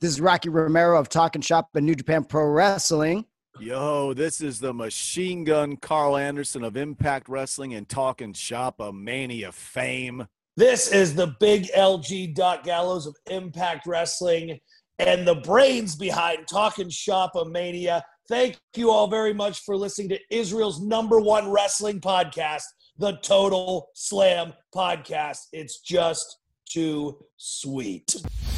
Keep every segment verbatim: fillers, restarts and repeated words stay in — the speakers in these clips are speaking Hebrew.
This is Rocky Romero of Talking Shop and New Japan Pro Wrestling. Yo, this is the Machine Gun Carl Anderson of Impact Wrestling and Talking Shop of Mania fame. This is the big L G Doc Gallows of Impact Wrestling and the brains behind Talking Shop of Mania. Thank you all very much for listening to Israel's number one wrestling podcast, the Total Slam Podcast. It's just too sweet.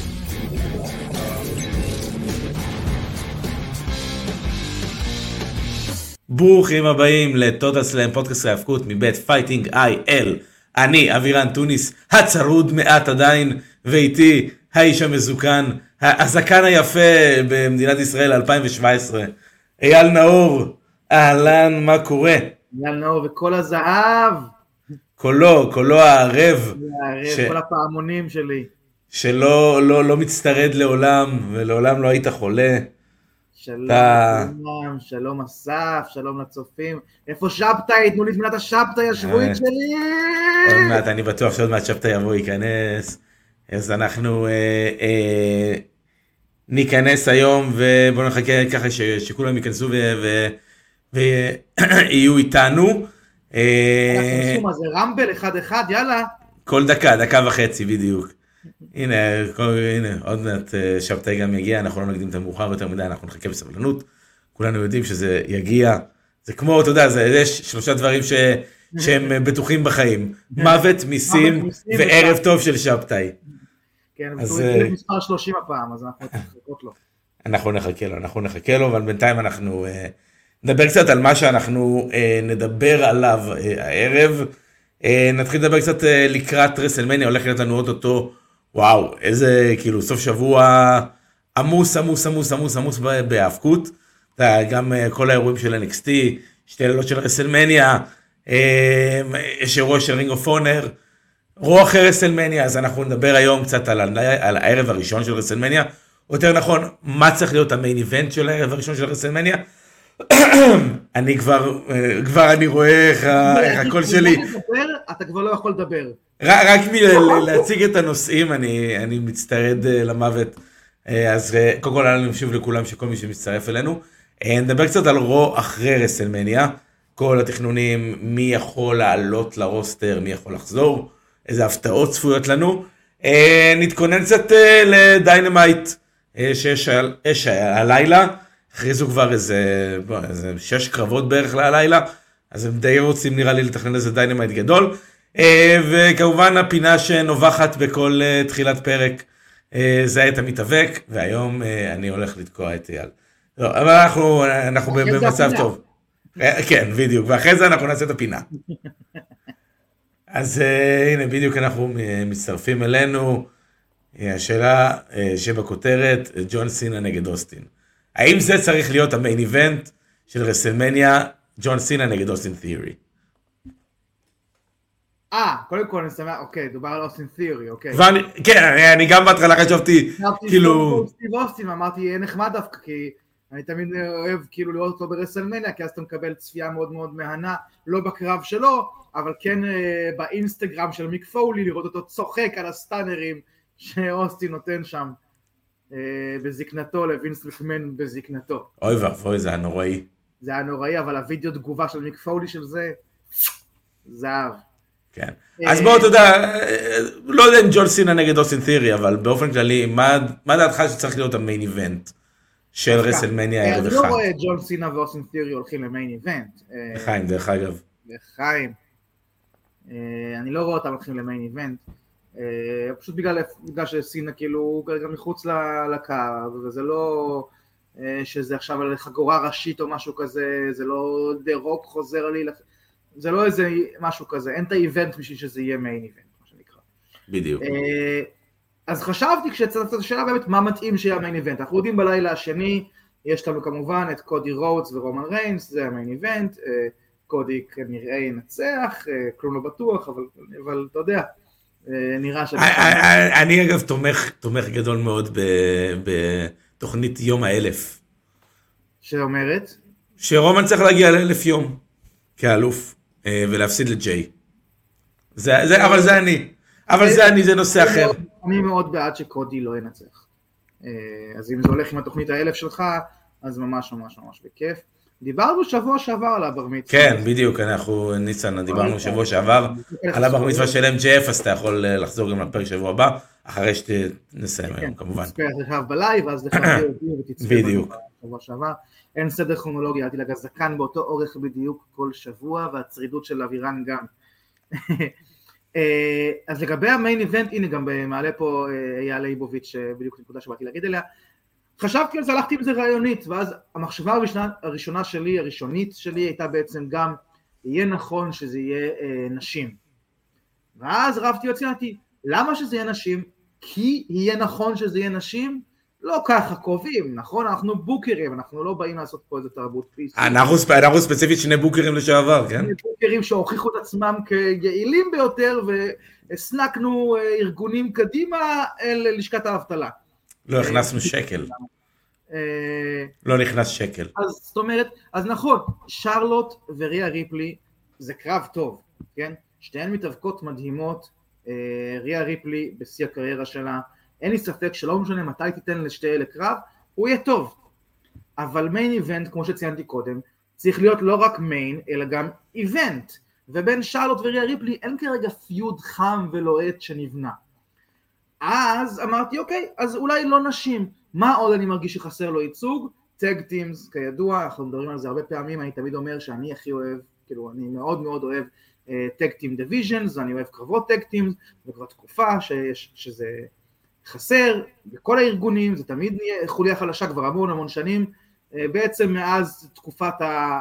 ברוכים הבאים לטוטל סלאם, פודקאסט ההאבקות מבית פייטינג איי אל. אני אבירן טוניס, הצרוד מעט עדיין, ואיתי האיש המזוקן, הזקן היפה במדינת ישראל אלפיים שבע עשרה, אייל נאור. אהלן, מה קורה? אייל נאור וכל הזהב. קולו, קולו הערב. הערב, ש... כל הפעמונים שלי. שלא לא, לא מצטרד לעולם, ולעולם לא היית חולה. שלום, אתה... שלום אסף, שלום לצופים. איפה שבתאי? תנו לי את מילת השבתאי השבועית שלי. עוד מעט, אני בטוח שעוד מעט שבתאי יבוא ייכנס. אז אנחנו אה, אה, ניכנס היום, ובואו נחכה ככה ש, שכולם ייכנסו ויהיו איתנו. אנחנו עושים מה זה רמבל אחד אחד, יאללה. כל דקה, דקה וחצי בדיוק. הנה, כל, הנה, עוד מעט שבתאי גם יגיע, אנחנו לא נקדים את המאוחר יותר מדי, אנחנו נחכה בסבלנות, כולנו יודעים שזה יגיע, זה כמו, אתה יודע, זה, יש שלושה דברים ש, שהם בטוחים בחיים, מוות, מיסים וערב טוב של שבתאי. כן, זה מספר שלושים הפעם, אז אנחנו נחכות לו. אנחנו נחכה לו, אנחנו נחכה לו, אבל בינתיים אנחנו נדבר קצת על מה שאנחנו נדבר עליו הערב, נתחיל לדבר קצת לקראת רסלמניה, הולך להיות לנו עוד אותו, וואו, איזה כאילו סוף שבוע עמוס, עמוס, עמוס, עמוס, עמוס בהאבקות. גם כל האירועים של אן אקס טי, שתי לילות של רסלמניה, יש אירוע של רינג אוף אונר, רוח אחרי רסלמניה, אז אנחנו נדבר היום קצת על, על הערב הראשון של רסלמניה, או יותר נכון, מה צריך להיות המיין איבנט של הערב הראשון של רסלמניה. אני כבר, כבר אני רואה איך הקול שלי. אתה כבר לא יכול לדבר. רק מלהציג את הנושאים, אני, אני מצטרד למוות. אז קודם כל, אני חושב לכולם שכל מי שמצטרף אלינו. נדבר קצת על רו אחרי רסלמניה. כל התכנונים, מי יכול לעלות לרוסטר, מי יכול לחזור, איזה הפתעות צפויות לנו. נתכונן קצת לדיינמייט, שיש הלילה. הכריזו כבר איזה, בוא, איזה שש קרבות בערך ללילה. אז הם די רוצים נראה לי לתכנן איזה דיינמייט גדול. וכמובן הפינה שנובחת בכל תחילת פרק זה את המתאבק, והיום אני הולך לתקוע את אייל. לא, אבל אנחנו, אנחנו במצב טוב. כן, בדיוק, ואחרי זה אנחנו נעשה את הפינה. אז הנה, בדיוק אנחנו מצטרפים אלינו. השאלה שבכותרת, ג'ון סינה נגד אוסטין. האם זה צריך להיות המיין איבנט של רסלמניה, ג'ון סינה נגד אוסטין תיאורי? אה, קודם כל אני שמח, אוקיי, דובר על אוסטין תיאורי, אוקיי. כן, אני גם בהתחלה חשבתי, כאילו... סטיב אוסטין, אמרתי, יהיה נחמד דווקא, כי אני תמיד אוהב כאילו לראות אותו ברסלמניה, כי אז אתה מקבל צפייה מאוד מאוד מהנה, לא בקרב שלו, אבל כן באינסטגרם של מיק פולי, לראות אותו צוחק על הסטאנרים שאוסטין נותן שם בזקנתו, לווינס מקמן בזקנתו. אוי ואבוי, זה היה נוראי. זה היה נוראי, אבל הווידאו תגובה של מיק פולי של זה, זהב. כן. אז בואו, אתה יודע, לא יודע אם ג'ון סינה נגד אוסטין תיאורי, אבל באופן כללי, מה דעתך שצריך להיות המיין איבנט של רסלמניה ערב אחד? אני לא רואה ג'ון סינה ואוסטין תיאורי הולכים למיין איבנט. לחיים, דרך אגב. לחיים. אני לא רואה אותם הולכים למיין איבנט. פשוט בגלל, בגלל שסינה כאילו הוא כרגע מחוץ לקו, וזה לא שזה עכשיו על חגורה ראשית או משהו כזה, זה לא דה רוק חוזר לי, זה לא איזה משהו כזה, אין את האיבנט בשביל שזה יהיה מיין איבנט, מה שנקרא. בדיוק. אז חשבתי כשצריך את השאלה באמת מה מתאים שיהיה המיין איבנט, אנחנו יודעים בלילה השני, יש לנו כמובן את קודי רודס ורומן ריינס, זה המיין איבנט, קודי כנראה ינצח, כלום לא בטוח, אבל, אבל אתה יודע, נראה ש... אני אגב תומך, תומך גדול מאוד בתוכנית יום האלף. שאומרת? שרומן צריך להגיע לאלף יום כאלוף ולהפסיד לג'יי. זה, זה, אבל זה אני. אבל זה אני, זה נושא אחר. אני מאוד בעד שקודי לא ינצח. אז אם זה הולך עם התוכנית האלף שלך, אז ממש ממש ממש בכיף. דיברנו שבוע שעבר על הבר מצווה. כן, בדיוק, אנחנו, ניצן, דיברנו שבוע שעבר על הבר מצווה של אם ג'י אף, אז אתה יכול לחזור גם לפרק שבוע הבא, אחרי שנסיים היום, כמובן. תספר עכשיו בלייב, אז לך ותצפה בשבוע שעבר. אין סדר כרונולוגי, אל תדאג, הזקן באותו אורך בדיוק כל שבוע, והצרידות של אבירן גם. אז לגבי המיין איבנט, הנה גם מעלה פה אייל ליבוביץ', בדיוק נקודה שבאתי להגיד אליה, חשבתי על זה, הלכתי עם זה רעיונית, ואז המחשבה הראשונה, הראשונה שלי, הראשונית שלי, הייתה בעצם גם, יהיה נכון שזה יהיה אה, נשים. ואז רבתי וציינתי, למה שזה יהיה נשים? כי יהיה נכון שזה יהיה נשים? לא ככה קובעים, נכון? אנחנו בוקרים, אנחנו לא באים לעשות פה איזה תרבות פיס. אנחנו, אנחנו ספציפית שני בוקרים לשעבר, כן? שני בוקרים שהוכיחו את עצמם כיעילים ביותר, והסנקנו ארגונים קדימה אל לשכת האבטלה. לא הכנסנו שקל. לא נכנס שקל. אז זאת אומרת, אז נכון, שרלוט וריה ריפלי זה קרב טוב, כן? שתיהן מתאבקות מדהימות, ריה ריפלי בשיא הקריירה שלה, אין לי ספק שלא משנה מתי תיתן לשתי אלה קרב, הוא יהיה טוב. אבל מיין איבנט, כמו שציינתי קודם, צריך להיות לא רק מיין, אלא גם איבנט. ובין שרלוט וריה ריפלי אין כרגע פיוד חם ולוהט שנבנה. אז אמרתי, אוקיי, אז אולי לא נשים. מה עוד אני מרגיש שחסר לו ייצוג? טאג טימס, כידוע, אנחנו מדברים על זה הרבה פעמים, אני תמיד אומר שאני הכי אוהב, כאילו, אני מאוד מאוד אוהב טאג טים דיוויז'נס, אני אוהב קרבות טאג טימס, וכבר תקופה שיש, שזה חסר, בכל הארגונים, זה תמיד נהיה חוליה חלשה כבר המון המון שנים, בעצם מאז תקופת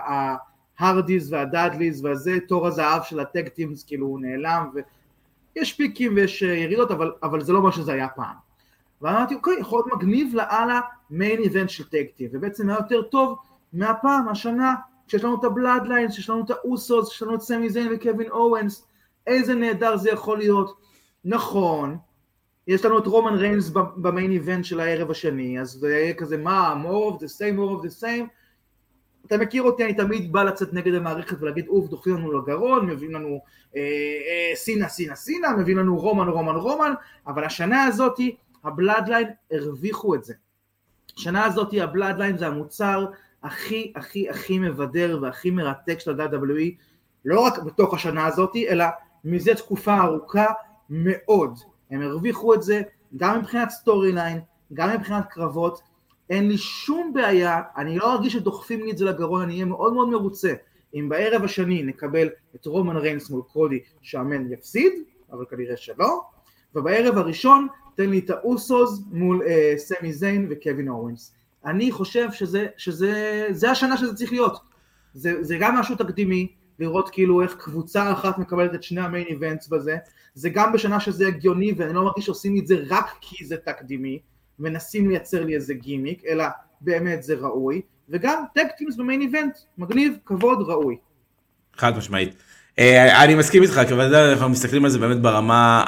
ההרדיז והדאדליז והזה, תור הזהב של הטאג טימס, כאילו הוא נעלם, ו... יש פיקים ויש ירידות, אבל, אבל זה לא מה שזה היה פעם. ואמרתי, אוקיי, יכול להיות מגניב לאללה מיין איבנט של טאג טים, ובעצם היה יותר טוב מהפעם, השנה, כשיש לנו את הבלאדליינס, שיש לנו את האוסוס, שיש לנו את סמי זיין וקווין אוונס, איזה נהדר זה יכול להיות. נכון, יש לנו את רומן ריינס במיין איבנט של הערב השני, אז זה יהיה כזה, מה, more of the same, more of the same, אתה מכיר אותי, אני תמיד בא לצאת נגד המערכת ולהגיד, אוף, דוחפים לנו לגרון, מביאים לנו אה, אה, סינה, סינה, סינה, מביאים לנו רומן, רומן, רומן, אבל השנה הזאת, הבלאדליין הרוויחו את זה. השנה הזאת, הבלאדליין זה המוצר הכי, הכי, הכי מבדר והכי מרתק של ה-דאבליו דאבליו אי, לא רק בתוך השנה הזאת, אלא מזה תקופה ארוכה מאוד. הם הרוויחו את זה, גם מבחינת סטורי ליין, גם מבחינת קרבות, אין לי שום בעיה, אני לא ארגיש שדוחפים לי את זה לגרון, אני אהיה מאוד מאוד מרוצה. אם בערב השני נקבל את רומן ריינס מול קודי, שהמן יפסיד, אבל כנראה שלא, ובערב הראשון תן לי את האוסוס מול אה, סמי זיין וקווין אורנס. אני חושב שזה, שזה, זה השנה שזה צריך להיות. זה, זה גם משהו תקדימי, לראות כאילו איך קבוצה אחת מקבלת את שני המיין איבנטס בזה, זה גם בשנה שזה הגיוני, ואני לא מרגיש שעושים את זה רק כי זה תקדימי, מנסים לייצר לי איזה גימיק, אלא באמת זה ראוי, וגם טאג טימס במיין איבנט, מגניב, כבוד, ראוי. חד משמעית. אני מסכים איתך, כי אנחנו מסתכלים על זה באמת ברמה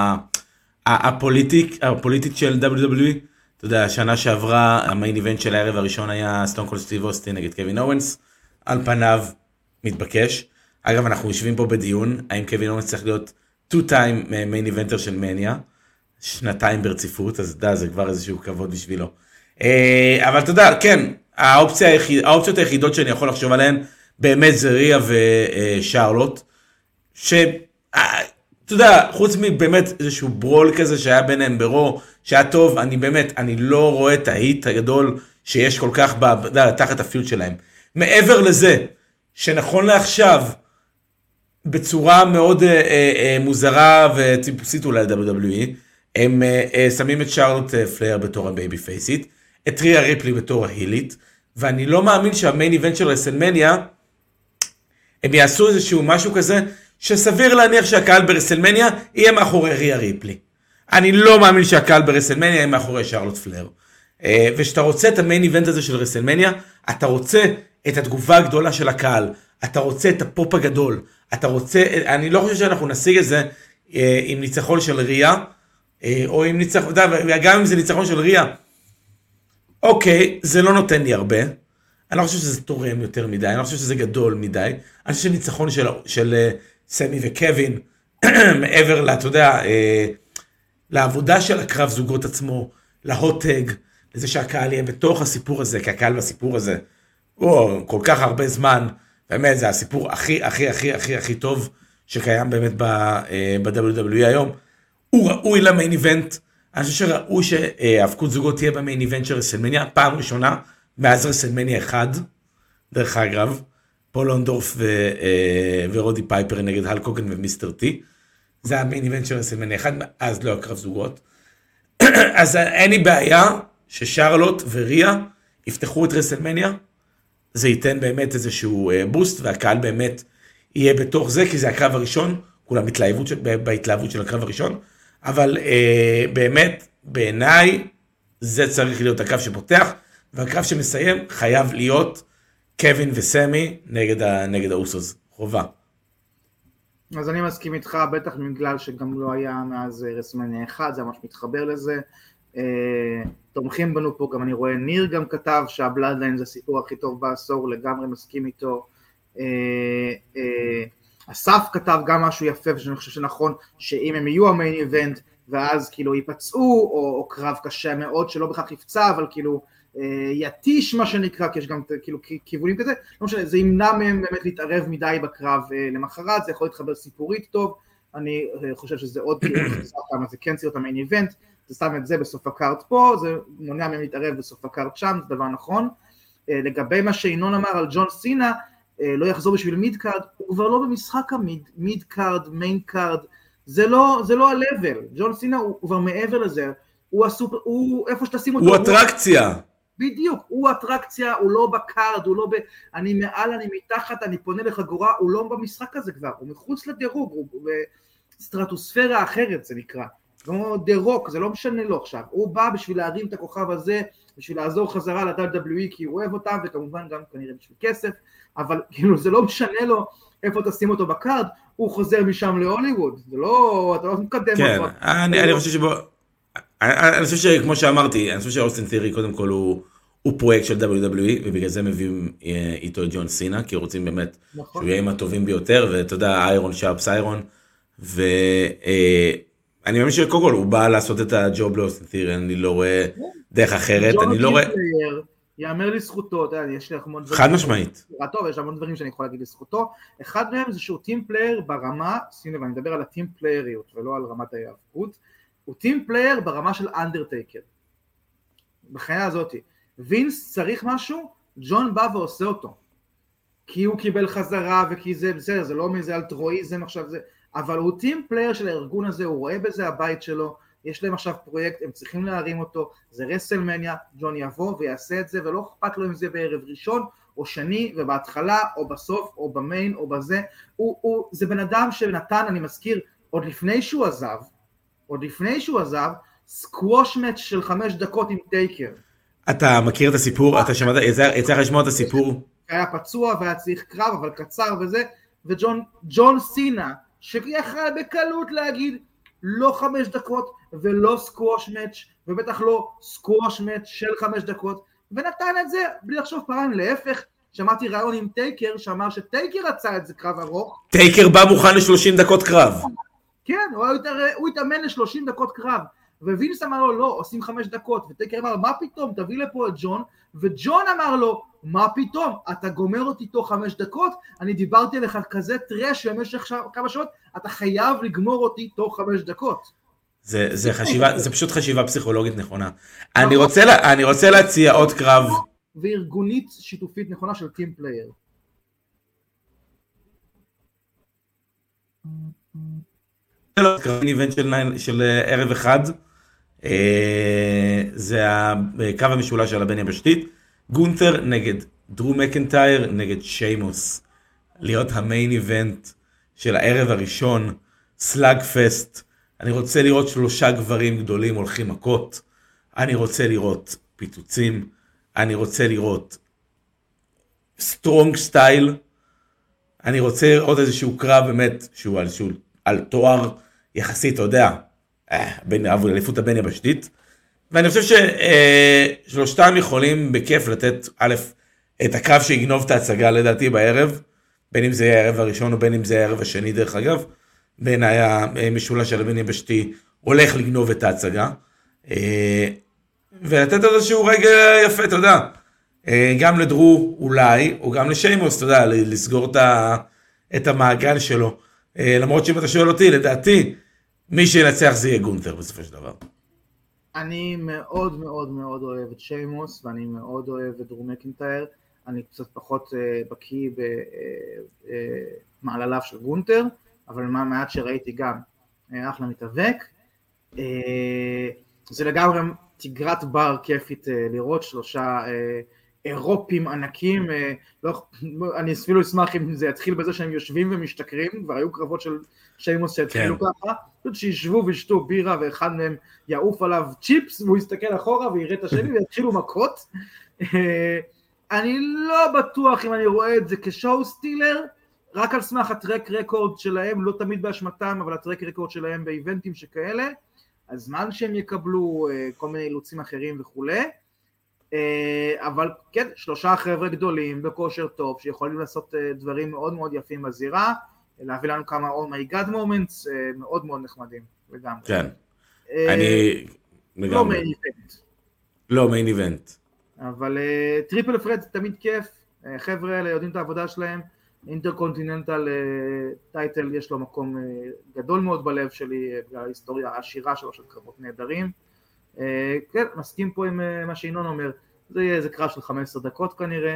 הפוליטית של דאבליו דאבליו אי, אתה יודע, השנה שעברה, המיין איבנט של הערב הראשון היה סטון קולד סטיב אוסטין נגד קווין אורנס, על פניו מתבקש. אגב, אנחנו יושבים פה בדיון, האם קווין אורנס צריך להיות two time מיין איבנטר של מניה, שנתיים ברציפות, אז דה, זה כבר איזשהו כבוד בשבילו. אבל אתה יודע, כן, האופציות היחידות שאני יכול לחשוב עליהן, באמת זה ריה ושרלוט, שאתה יודע, חוץ מבאמת איזשהו ברול כזה שהיה ביניהם ברו, שהיה טוב, אני באמת, אני לא רואה את ההיט הגדול שיש כל כך תחת הפיוט שלהם. מעבר לזה, שנכון לעכשיו, בצורה מאוד מוזרה וטיפוסית אולי דאבליו דאבליו אי, הם שמים את שרלוט פלייר בתור הבייבי פייסית, את ריה ריפלי בתור ההילית, ואני לא מאמין שהמיין איבנט של רסלמניה, הם יעשו איזשהו משהו כזה, שסביר להניח שהקהל ברסלמניה יהיה מאחורי ריה ריפלי. אני לא מאמין שהקהל ברסלמניה יהיה מאחורי שרלוט פלייר. ושאתה רוצה את המיין איבנט הזה של רסלמניה, אתה רוצה את התגובה הגדולה של הקהל, אתה רוצה את הפופ הגדול, אתה רוצה, אני לא חושב שאנחנו נשיג את זה עם ניצחון של ריה, או עם ניצחון, וגם אם זה ניצחון של ריה, אוקיי, זה לא נותן לי הרבה, אני לא חושב שזה תורם יותר מדי, אני לא חושב שזה גדול מדי, אני חושב שניצחון של, של סמי וקווין, מעבר לה, אתה יודע, לעבודה של הקרב זוגות עצמו, להוטג, לזה שהקהל יהיה בתוך הסיפור הזה, כי הקהל בסיפור הזה, הוא כל כך הרבה זמן, באמת זה הסיפור הכי, הכי, הכי, הכי, הכי טוב שקיים באמת ב-דאבליו דאבליו אי היום. הוא ראוי למיין איבנט, אני חושב שראוי שהאבקות זוגות תהיה במיין איבנט של רסלמניה, פעם ראשונה, מאז רסלמניה אחד, דרך אגב, פול אונדורף ו, ורודי פייפר נגד הלק הוגן ומיסטר טי, זה המיין איבנט של רסלמניה אחד, אז לא הקרב זוגות. אז אין לי בעיה ששרלוט וריה יפתחו את רסלמניה, זה ייתן באמת איזשהו בוסט, והקהל באמת יהיה בתוך זה, כי זה הקרב הראשון, כולם התלהבות של, בהתלהבות של הקרב הראשון, אבל אה, באמת, בעיניי, זה צריך להיות הקרב שפותח, והקרב שמסיים חייב להיות קווין וסמי נגד, ה, נגד האוסוס, חובה. אז אני מסכים איתך, בטח בגלל שגם לא היה מאז רסלמניה אחד, זה ממש מתחבר לזה. אה, תומכים בנו פה, גם אני רואה ניר גם כתב שהבלאדליין זה הסיפור הכי טוב בעשור, לגמרי מסכים איתו. אה, אה, אסף כתב גם משהו יפה, ושאני חושב שנכון, שאם הם יהיו המיין איבנט, ואז כאילו ייפצעו, או, או קרב קשה מאוד שלא בכך יפצע, אבל כאילו אה, יתיש מה שנקרא, כי יש גם כאילו כיוונים כזה, לא משנה, זה ימנע מהם באמת להתערב מדי בקרב אה, למחרת, זה יכול להתחבר סיפורית טוב, אני אה, חושב שזה עוד כאילו, זה כן צריך את המיין איבנט, זה שם את זה בסוף הקארט פה, זה מונע מהם להתערב בסוף הקארט שם, זה דבר נכון. אה, לגבי מה שאינון אמר על ג'ון סינה, לא יחזור בשביל מיד קארד, הוא כבר לא במשחק המיד, מיד קארד, מיין קארד, זה לא, זה לא הלבל, ג'ון סינה הוא, הוא כבר מעבר לזה, הוא הסופר, הוא איפה שתשים אותו. הוא אטרקציה. בדיוק, הוא אטרקציה, הוא לא בקארד, הוא לא ב... אני מעל, אני מתחת, אני פונה לחגורה, הוא לא במשחק הזה כבר, הוא מחוץ לדירוג, הוא בסטרטוספירה אחרת זה נקרא, כמו דירוק, זה לא משנה לו עכשיו, הוא בא בשביל להרים את הכוכב הזה, בשביל לעזור חזרה ל-דאבליו דאבליו אי כי הוא אוהב אותם, וכמובן גם כנראה בשביל כסף, אבל כאילו זה לא משנה לו איפה תשים אותו בקארד, הוא חוזר משם להוליווד, זה לא, אתה לא מקדם כן, אותו. אני, אני חושב שבו, אני, אני חושב שכמו שאמרתי, אני חושב שאוסטין תיארי קודם כל הוא, הוא פרויקט של דאבליו דאבליו אי, ובגלל זה מביאים איתו את ג'ון סינה, כי רוצים באמת נכון. שהוא יהיה עם הטובים ביותר, ואתה יודע, איירון שרפס איירון, ואני מאמין שקודם כל הוא בא לעשות את הג'וב לאוסטין תיארי, אני לא רואה דרך אחרת, אני לא רואה... יאמר לזכותו, אתה יודע, יש לי המון דברים... חד משמעית. טוב, יש המון דברים שאני יכול להגיד לזכותו. אחד מהם זה שהוא טים פלייר ברמה, שים לב, אני מדבר על הטים פלייריות ולא על רמת ההיאבקות, הוא טים פלייר ברמה של אנדרטייקר. בחיה הזאת. וינס צריך משהו, ג'ון בא ועושה אותו. כי הוא קיבל חזרה וכי זה בסדר, זה לא מזה אלטרואיזם עכשיו זה, אבל הוא טים פלייר של הארגון הזה, הוא רואה בזה הבית שלו, יש להם עכשיו פרויקט, הם צריכים להרים אותו, זה רסלמניה, ג'ון יבוא ויעשה את זה, ולא אכפת לו אם זה בערב ראשון, או שני, ובהתחלה, או בסוף, או במיין, או בזה, הוא, הוא, זה בן אדם שנתן, אני מזכיר, עוד לפני שהוא עזב, עוד לפני שהוא עזב, סקווש מאץ' של חמש דקות עם טייקר. אתה מכיר את הסיפור, אתה שמעת, יצא לך לשמוע את הסיפור? היה פצוע והיה צריך קרב, אבל קצר וזה, וג'ון, ג'ון סינה, שיכל בקלות להגיד, לא חמש דקות ולא סקווש מאץ' ובטח לא סקווש מאץ' של חמש דקות, ונתן את זה בלי לחשוב פעם, להפך, שמעתי רעיון עם טייקר שאמר שטייקר רצה את זה קרב ארוך. טייקר בא מוכן ל-שלושים דקות קרב. כן, הוא, הוא התאמן ל-שלושים דקות קרב, ווינס אמר לו לא, עושים חמש דקות, וטייקר אמר מה פתאום, תביא לפה את ג'ון, וג'ון אמר לו, מה פתאום, אתה גומר אותי תוך חמש דקות, אני דיברתי עליך כזה טרש במשך כמה שעות, אתה חייב לגמור אותי תוך חמש דקות. זה, זה חשיבה, זה פשוט חשיבה פסיכולוגית נכונה. אני רוצה, לה, אני רוצה להציע עוד קרב. וארגונית שיתופית נכונה של טים פלייר. קרב איבנט של, של ערב אחד, זה הקו המשולש של הבן יבשתית, גונתר נגד דרו מקנטייר נגד שיימוס, להיות המיין איבנט של הערב הראשון, סלאג פסט. אני רוצה לראות שלושה גברים גדולים הולכים מכות, אני רוצה לראות פיצוצים, אני רוצה לראות סטרונג סטייל, אני רוצה לראות איזשהו קרב באמת שהוא על, שהוא על תואר יחסית, אתה יודע, בין אליפות הבן יבשתית, ואני חושב ששלושתם יכולים בכיף לתת א', את הקרב שיגנוב את ההצגה לדעתי בערב, בין אם זה יהיה הערב הראשון או בין אם זה יהיה הערב השני דרך אגב, בין היה משולש של הבן יבשתי הולך לגנוב את ההצגה, ולתת איזשהו רגע יפה, אתה יודע. גם לדרו אולי, או גם לשיימוס, אתה יודע, לסגור את, ה, את המעגל שלו. למרות שאם אתה שואל אותי, לדעתי, מי שינצח זה יהיה גונטר בסופו של דבר. אני מאוד מאוד מאוד אוהב את שיימוס, ואני מאוד אוהב את דרו מקינטייר. אני קצת פחות בקיא במעלליו של גונטר, אבל מה מעט שראיתי גם אחלה מתאבק. זה לגמרי תגרת בר כיפית לראות שלושה אירופים ענקים, לא, אני אפילו אשמח אם זה יתחיל בזה שהם יושבים ומשתכרים, כבר היו קרבות של שיימוס שהתחילו כן. ככה, פשוט שישבו וישתו בירה ואחד מהם יעוף עליו צ'יפס והוא יסתכל אחורה ויראה את השני ויתחילו מכות. אני לא בטוח אם אני רואה את זה כשואו סטילר, רק על סמך הטרק רקורד שלהם, לא תמיד באשמתם, אבל הטרק רקורד שלהם באיבנטים שכאלה, הזמן שהם יקבלו כל מיני אילוצים אחרים וכו'. אבל כן, שלושה חבר'ה גדולים בכושר טוב, שיכולים לעשות דברים מאוד מאוד יפים בזירה, להביא לנו כמה Oh my God moments מאוד מאוד נחמדים לגמרי. כן, אני... לא מיין איבנט. לא מיין איבנט. אבל טריפל פרד זה תמיד כיף, חבר'ה האלה יודעים את העבודה שלהם, אינטרקונטיננטל טייטל יש לו מקום גדול מאוד בלב שלי, ההיסטוריה העשירה שלו של קרבות נהדרים. כן, מסכים פה עם מה שאינון אומר, זה יהיה איזה קרב של חמש עשרה דקות כנראה,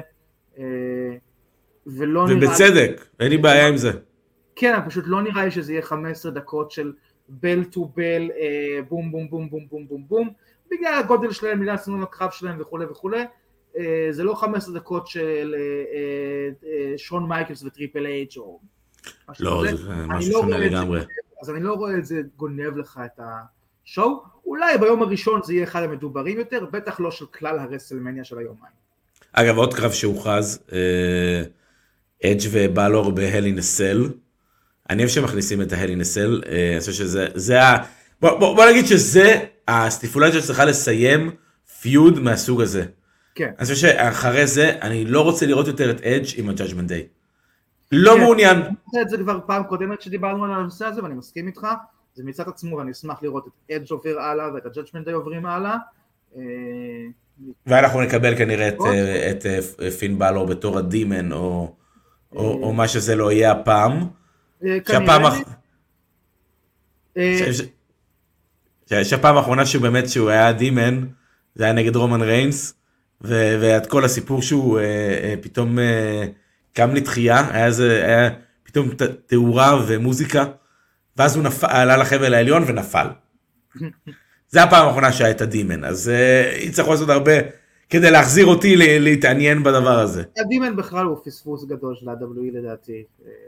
ולא נראה... ובצדק, אין לי בעיה עם זה. כן, פשוט לא נראה לי שזה יהיה חמש עשרה דקות של בל טו בל, בום בום בום בום בום בום בום, בגלל הגודל שלהם, בגלל סנון הקרב שלהם וכו' וכו'. זה לא חמש עשרה דקות של שון מייקלס וטריפל אייץ' או משהו לא, כזה. זה משהו שונה לגמרי. אז אני לא רואה את זה גונב לך את השואו. אולי ביום הראשון זה יהיה אחד המדוברים יותר, בטח לא של כלל הרסלמניה של היומיים. אגב, עוד קרב שהוכרז, אדג' ובלור בהל אין סל. אני אוהב שמכניסים את ההל אין סל. אני חושב שזה, זה ה... בוא נגיד שזה הסטיפולציה שצריכה לסיים פיוד מהסוג הזה. כן. אני חושב שאחרי זה, אני לא רוצה לראות יותר את אדג' עם ה-Judgment Day. לא מעוניין. אני רוצה את זה כבר פעם קודמת שדיברנו על הנושא הזה, ואני מסכים איתך. זה מצד עצמו, ואני אשמח לראות את אדג' עובר הלאה, ואת ה-Judgment Day עוברים הלאה. ואנחנו נקבל כנראה את פין בלור בתור הדימן, או מה שזה לא יהיה הפעם. כנראה. שהפעם האחרונה שהוא באמת, שהוא היה דימן, זה היה נגד רומן ריינס, ואת כל הסיפור שהוא פתאום קם לתחייה, היה איזה, היה פתאום תאורה ומוזיקה, ואז הוא עלה לחבל העליון ונפל. זה הפעם האחרונה שהיה את הדימן, אז יצטרכו לעשות הרבה כדי להחזיר אותי להתעניין בדבר הזה. הדימן בכלל הוא פספוס גדול של ה-דאבליו אי לדעתי,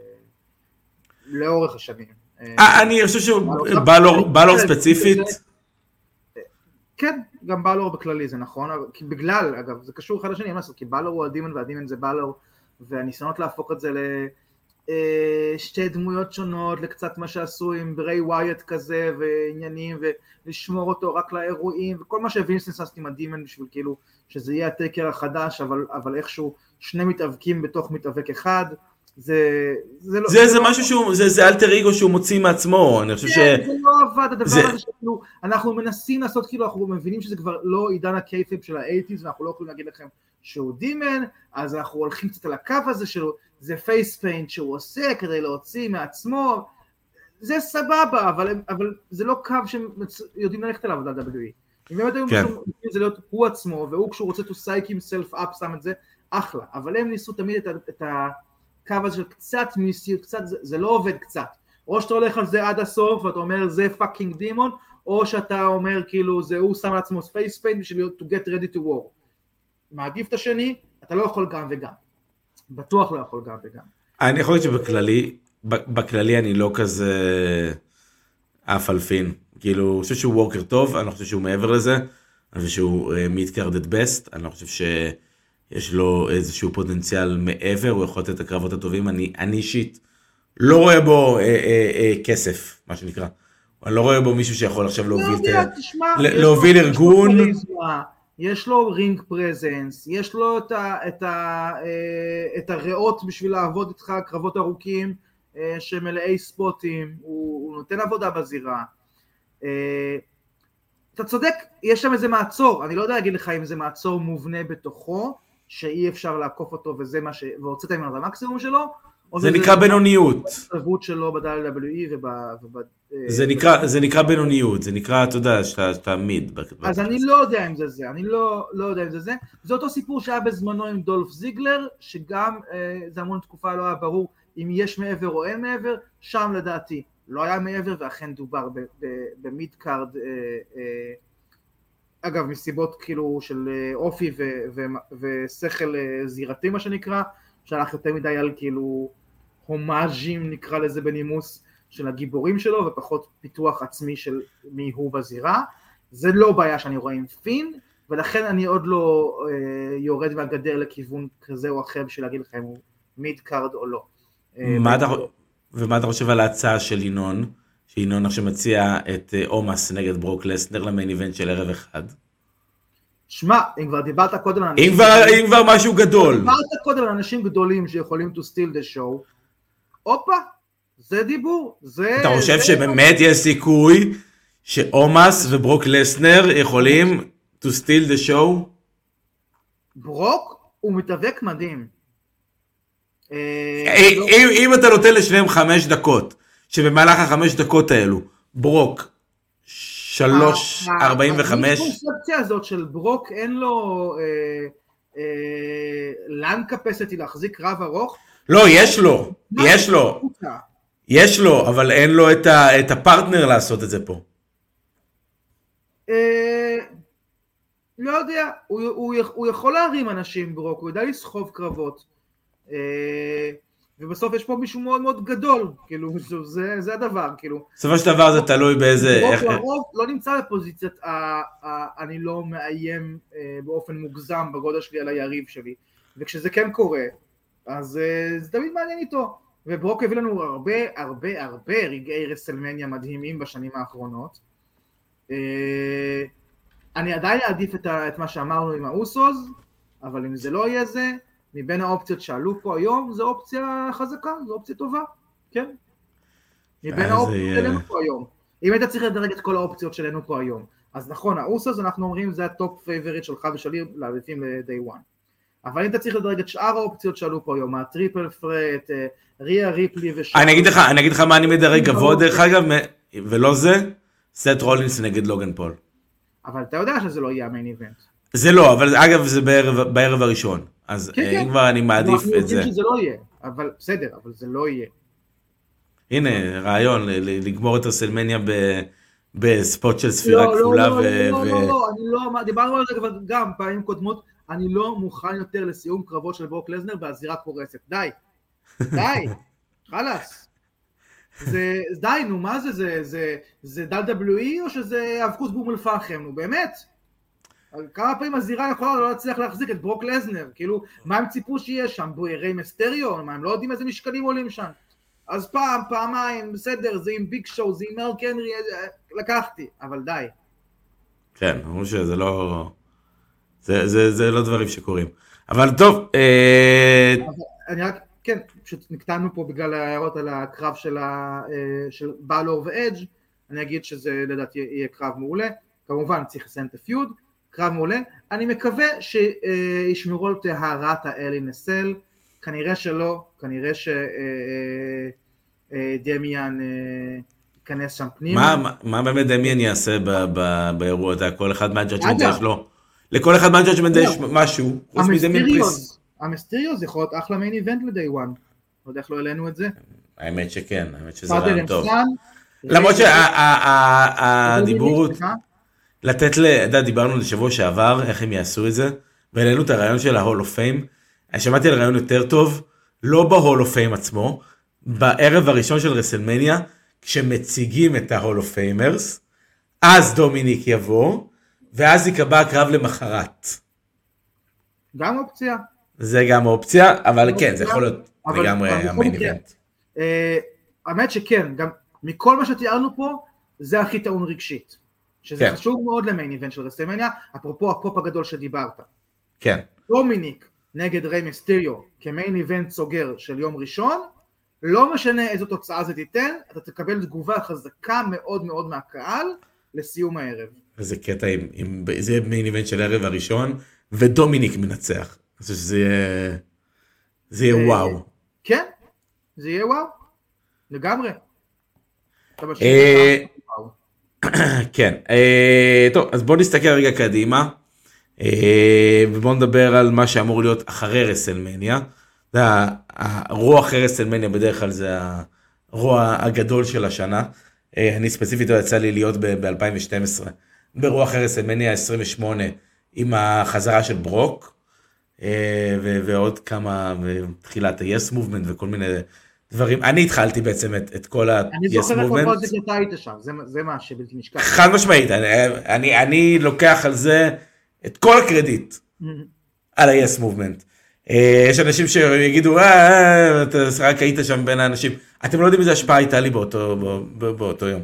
לאורך השנים. אני חושב שבלור ספציפית, כן, גם בלור בכללי זה נכון, כי בגלל, אגב, זה קשור אחד לשני, כי בלור הוא הדימן והדימן זה בלור, והניסיונות להפוך את זה לשתי דמויות שונות, לקצת מה שעשו עם ברי ווייט כזה, ועניינים, ולשמור אותו רק לאירועים, וכל מה שווינסטנס עשת עם הדימן בשביל כאילו, שזה יהיה הטקר החדש, אבל, אבל איכשהו שני מתאבקים בתוך מתאבק אחד, זה, זה, לא, זה, זה, זה לא משהו שהוא, זה, זה אלטר איגו שהוא מוציא מעצמו, אני חושב ש... זה לא עבד, הדבר זה... הזה שכאילו, אנחנו מנסים לעשות, כאילו, אנחנו מבינים שזה כבר לא עידן הקייפאפ של האייטיז, ואנחנו לא יכולים להגיד לכם שהוא דימן, אז אנחנו הולכים קצת על הקו הזה שלו, זה פייס פיינט שהוא עושה כדי להוציא מעצמו, זה סבבה, אבל, אבל זה לא קו שיודעים ללכת עליו על ה-דאבליו אי. אם באמת היום כן. זה להיות הוא עצמו, והוא כשהוא רוצה to psych himself up, שם את זה, אחלה, אבל הם ניסו תמיד את ה... את ה קו הזה של קצת מיסיות, קצת, זה, זה לא עובד קצת. או שאתה הולך על זה עד הסוף, ואתה אומר, זה פאקינג דימון, או שאתה אומר, כאילו, זה הוא שם לעצמו ספייס פיינט, בשביל להיות to get ready to war. מעדיף את השני, אתה לא יכול גם וגם. בטוח לא יכול גם וגם. אני יכול להיות שבכללי, בכללי אני לא כזה אף אלפין. כאילו, אני חושב שהוא וורקר טוב, אני לא חושב שהוא מעבר לזה, אני חושב שהוא מידקארד את בסט, אני לא חושב ש... יש לו איזשהו פוטנציאל מעבר, הוא יכול לתת את הקרבות הטובים, אני, אני אישית לא רואה בו אה, אה, אה, כסף, מה שנקרא. אני לא רואה בו מישהו שיכול עכשיו להוביל, לא, ת... תשמע, להוביל לו, ארגון. יש לו, יש לו רינג פרזנס, יש לו את, ה, את, ה, את הריאות בשביל לעבוד איתך, קרבות ארוכים, שמלאי ספוטים, הוא, הוא נותן עבודה בזירה. אתה צודק, יש שם איזה מעצור, אני לא יודע להגיד לך אם זה מעצור מובנה בתוכו, שאי אפשר לעקוף אותו וזה מה ש... והוצאת עם המקסימום שלו, זה נקרא בינוניות. התרבות שלו ב-דאבליו דאבליו אי וב... זה נקרא, זה נקרא בינוניות, זה נקרא, אתה יודע, שאתה מיד. אז אני לא יודע אם זה זה, אני לא, לא יודע אם זה זה. זה אותו סיפור שהיה בזמנו עם דולף זיגלר, שגם זה המון תקופה לא היה ברור אם יש מעבר או אין מעבר, שם לדעתי לא היה מעבר, ואכן דובר במיד קארד, אגב, מסיבות כאילו של אופי ושכל זירתי מה שנקרא, שהלך יותר מדי על כאילו הומאז'ים נקרא לזה בנימוס של הגיבורים שלו, ופחות פיתוח עצמי של מי הוא בזירה. זה לא בעיה שאני רואה עם פין, ולכן אני עוד לא אה, יורד מהגדר לכיוון כזה או אחר בשביל להגיד לכם אם הוא מיד קארד או לא. מה אתה, ומה אתה חושב על ההצעה של ינון, שינון עכשיו מציע את אומאס נגד ברוק לסנר למיין איבנט של ערב אחד? שמע, אם כבר דיברת קודם על אנשים... אם כבר, אם כבר משהו גדול. דיברת קודם על אנשים גדולים שיכולים to steal the show, אופה, זה דיבור. זה, אתה חושב זה שבאמת יש סיכוי שאומאס וברוק לסנר יכולים to steal the show? ברוק הוא מתאבק מדהים. אם, אם אתה נותן לשניהם חמש דקות, שבמהלך החמש דקות האלו, ברוק שלוש ארבעים וחמש. הקונספציה הזאת של ברוק אין לו לן קפסיטי להחזיק רב ארוך. לא, יש לו, יש לו, יש לו, אבל אין לו את הפרטנר לעשות את זה פה. לא יודע, הוא יכול להרים אנשים ברוק, הוא יודע לסחוב קרבות. ובסוף יש פה מישהו מאוד מאוד גדול, כאילו, זה, זה הדבר, כאילו. בסופו של דבר זה תלוי באיזה... ברוק לרוב לא נמצא בפוזיציית, אני לא מאיים באופן מוגזם בגודל שלי על היריב שלי, וכשזה כן קורה, אז זה תמיד מעניין איתו, וברוק הביא לנו הרבה הרבה הרבה רגעי רסלמניה מדהימים בשנים האחרונות. אני עדיין אעדיף את מה שאמרנו עם האוסוס, אבל אם זה לא יהיה זה, מבין האופציות שעלו פה היום, זו אופציה חזקה, זו אופציה טובה, כן? מבין האופציות שלנו פה היום. אם היית צריך לדרג את כל האופציות שלנו פה היום, אז נכון, האוסוס, אנחנו אומרים, זה הטופ פייבריט שלך ושלי, להביטים ל-day one. אבל אם אתה צריך לדרג את שאר האופציות שעלו פה היום, הטריפל פרט, ריה ריפלי ושאר... אני אגיד לך, אני אגיד לך מה אני מדרג גבוה דרך אגב, ולא זה, סט רולינס נגד לוגן פול. אבל אתה יודע שזה לא יהיה המיין איבנט. זה לא, אבל אגב זה בערב, בערב הראשון, אז כן, אם כן. כבר אני מעדיף את זה. אנחנו יודעים שזה לא יהיה, אבל בסדר, אבל זה לא יהיה. הנה, רעיון, לגמור את רסלמניה בספוט של ספירה לא, כפולה. לא, ו... לא, לא, לא, אני לא, דיברנו על זה גם פעמים קודמות, אני לא מוכן יותר לסיום קרבות של ברוק לזנר והזירה קורסת. די, די, חלאס. זה, די, נו, מה זה, זה, זה, זה דאבליו דאבליו אי או שזה אבקוס בום אל-פחם, נו, באמת? כמה פעמים הזירה יכולה לא להצליח להחזיק את ברוק לזנר, כאילו, מה הם ציפו שיהיה שם, ריי מיסטריו, מה הם לא יודעים איזה משקלים עולים שם? אז פעם, פעמיים, בסדר, זה עם ביג שואו, זה עם מרק הנרי, לקחתי, אבל די. כן, אמרו שזה לא, זה, זה, זה לא דברים שקורים. אבל טוב, אה... אני רק, כן, פשוט נקטענו פה בגלל ההערות על הקרב של, ה, של בלור ואדג', אני אגיד שזה לדעתי יהיה קרב מעולה, כמובן צריך לסיים את הפיוד, קרב מעולה, אני מקווה שישמרו על טהרת האלי נסל, כנראה שלא, כנראה שדמיאן ייכנס שם פנימה. מה, מה באמת דמיאן יעשה באירוע הזה? כל אחד מהג'אג'מנט יש לו, לכל אחד מהג'אג'מנט יש משהו, חוץ מדמיאן פריסט. המסטיריוס יכול להיות אחלה מיין איבנט לדיי וואן, לא יודע איך לא העלינו את זה. האמת שכן, האמת שזה רעיון טוב. למרות שהדיבור... לתת ל... אתה דיברנו לשבוע שעבר, איך הם יעשו את זה, והעלינו את הרעיון של ההול אוף פיים, אני שמעתי על רעיון יותר טוב, לא בהול אוף פיים עצמו, בערב הראשון של רסלמניה, כשמציגים את ההול אוף פיימרס, אז דומיניק יבוא, ואז יקבע הקרב למחרת. גם אופציה. זה גם אופציה, אבל כן, זה יכול להיות לגמרי המיין איבנט. האמת שכן, גם מכל מה שתיארנו פה, זה הכי טעון רגשית. שזה כן. חשוב מאוד למיין איבנט של רסלמניה, אפרופו הפופ הגדול שדיברת. כן. דומיניק נגד ריי מיסטריו כמיין איבנט סוגר של יום ראשון, לא משנה איזו תוצאה זה תיתן, אתה תקבל תגובה חזקה מאוד מאוד מהקהל לסיום הערב. איזה קטע עם, עם, זה יהיה מיין איבנט של הערב הראשון, ודומיניק מנצח. אני חושב שזה יהיה, זה יהיה וואו. כן, זה יהיה וואו, לגמרי. כן, טוב, אז בואו נסתכל רגע קדימה, ובואו נדבר על מה שאמור להיות אחרי רסלמניה. הרוע אחרי רסלמניה בדרך כלל זה הרוע הגדול של השנה. אני ספציפית יצא לי להיות ב-אלפיים ושתים עשרה, ברוע אחרי רסלמניה עשרים ושמונה, עם החזרה של ברוק, ועוד כמה, תחילת ה-Yes Movement וכל מיני דברים. אני התחלתי בעצם את, את כל ה-Yes Movement. אני זוכר את הכל זה כי אתה היית שם, זה, זה מה שבלתי נשכח. חד משמעית, אני, אני, אני לוקח על זה את כל הקרדיט, על ה-Yes Movement. יש אנשים שיגידו, אה, אתה רק היית שם בין האנשים. אתם לא יודעים איזה השפעה הייתה לי באותו, באותו יום.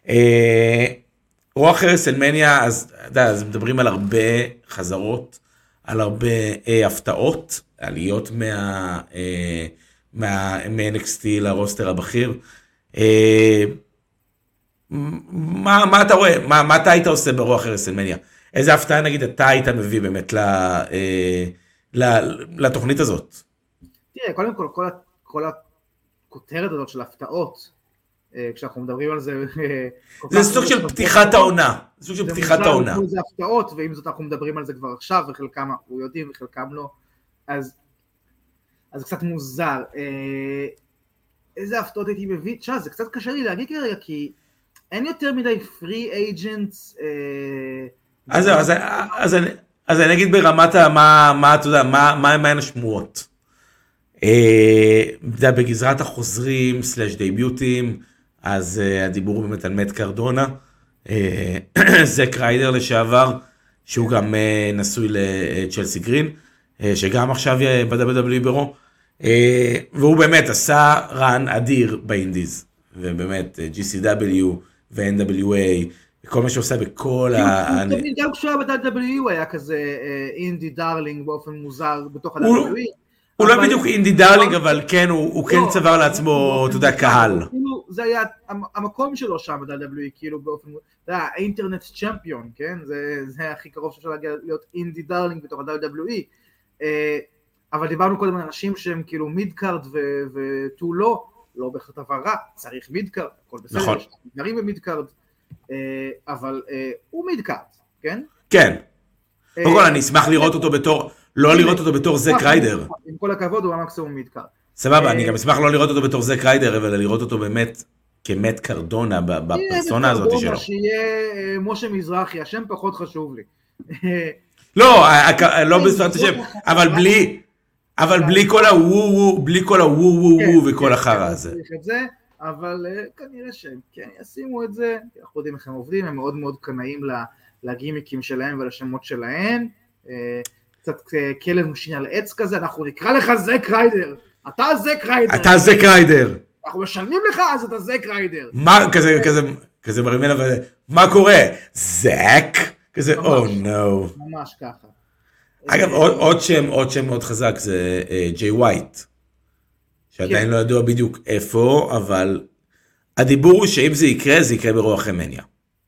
רוע אחרי רסלמניה, אז, אז מדברים על הרבה חזרות, על הרבה הפתעות, עליות מה... מ-אן אקס טי לרוסטר הבכיר. מה, מה אתה רואה? מה, מה אתה היית עושה ברוע אחרי רסלמניה? איזה הפתעה נגיד אתה היית מביא באמת לתוכנית הזאת? תראה, קודם כל, כל, כל הכותרת הזאת של הפתעות, כשאנחנו מדברים על זה... זה סוג של פתיחת העונה. זה סוג של פתיחת העונה. זה הפתעות, ואם זאת אנחנו מדברים על זה כבר עכשיו, וחלקם אנחנו יודעים וחלקם לא. אז... אז קצת מוזר. איזה הפתעות הייתי מביא? תשמע, זה קצת קשה לי להגיד כרגע, כי אין יותר מדי פרי אייג'נטס. אז זהו, אז אני אגיד ברמת מה, אתה יודע, מה הן השמועות. בגזרת החוזרים, סלש דייביוטים, אז הדיבור הוא באמת על מאט קרדונה, זק ריידר לשעבר, שהוא גם נשוי לצ'לסי גרין, שגם עכשיו ב-דאבליו דאבליו אי ברו, והוא באמת עשה רן אדיר באינדיז, ובאמת ג'י סי דאבליו ו-אן דאבליו איי, וכל מה שעושה בכל ה... גם כשהוא היה ב-דאבליו דאבליו איי הוא היה כזה אינדי דארלינג באופן מוזר בתוך ה-דאבליו דאבליו איי. הוא לא בדיוק אינדי דארלינג, אבל כן, הוא כן צבר לעצמו, אתה יודע, קהל. זה היה המקום שלו שם ב-דאבליו דאבליו איי, כאילו באופן, זה היה האינטרנט צ'מפיון, כן? זה הכי קרוב שאפשר להגיע להיות אינדי דארלינג בתוך ה-דאבליו דאבליו איי. אבל דיברנו קודם על אנשים שהם כאילו מיד קארד ותו לא, לא בהחלט דבר רע, צריך מיד קארד, הכל בסדר, נכון. נרים במיד קארד, אבל הוא מיד קארד, כן? כן. קודם כל אני אשמח לראות אותו בתור, לא לראות אותו בתור זק ריידר. עם כל הכבוד הוא המקסימום מיד קארד. סבבה, אני גם אשמח לא לראות אותו בתור זק ריידר, אבל לראות אותו באמת כמת קרדונה בפרסונה הזאת שלו. שיהיה משה מזרחי, השם פחות חשוב לי. לא, לא בספרת השם, אבל בלי, אבל בלי כל הוו-וו, בלי כל הוו-וו-וו וכל החרא הזה. אבל כנראה שהם כן ישימו את זה, אנחנו יודעים איך הם עובדים, הם מאוד מאוד קנאים לגימיקים שלהם ולשמות שלהם, קצת כלב משין על עץ כזה, אנחנו נקרא לך זק ריידר, אתה זק ריידר. אתה זק ריידר. אנחנו משלמים לך, אז אתה זק ריידר. מה, כזה, כזה, כזה מרים אליו, מה קורה? זק? כזה, או נו. ממש ככה. אגב, עוד שם, עוד שם מאוד חזק זה ג'יי ווייט, שעדיין לא ידוע בדיוק איפה, אבל הדיבור הוא שאם זה יקרה, זה יקרה ברוע אחרי מניה.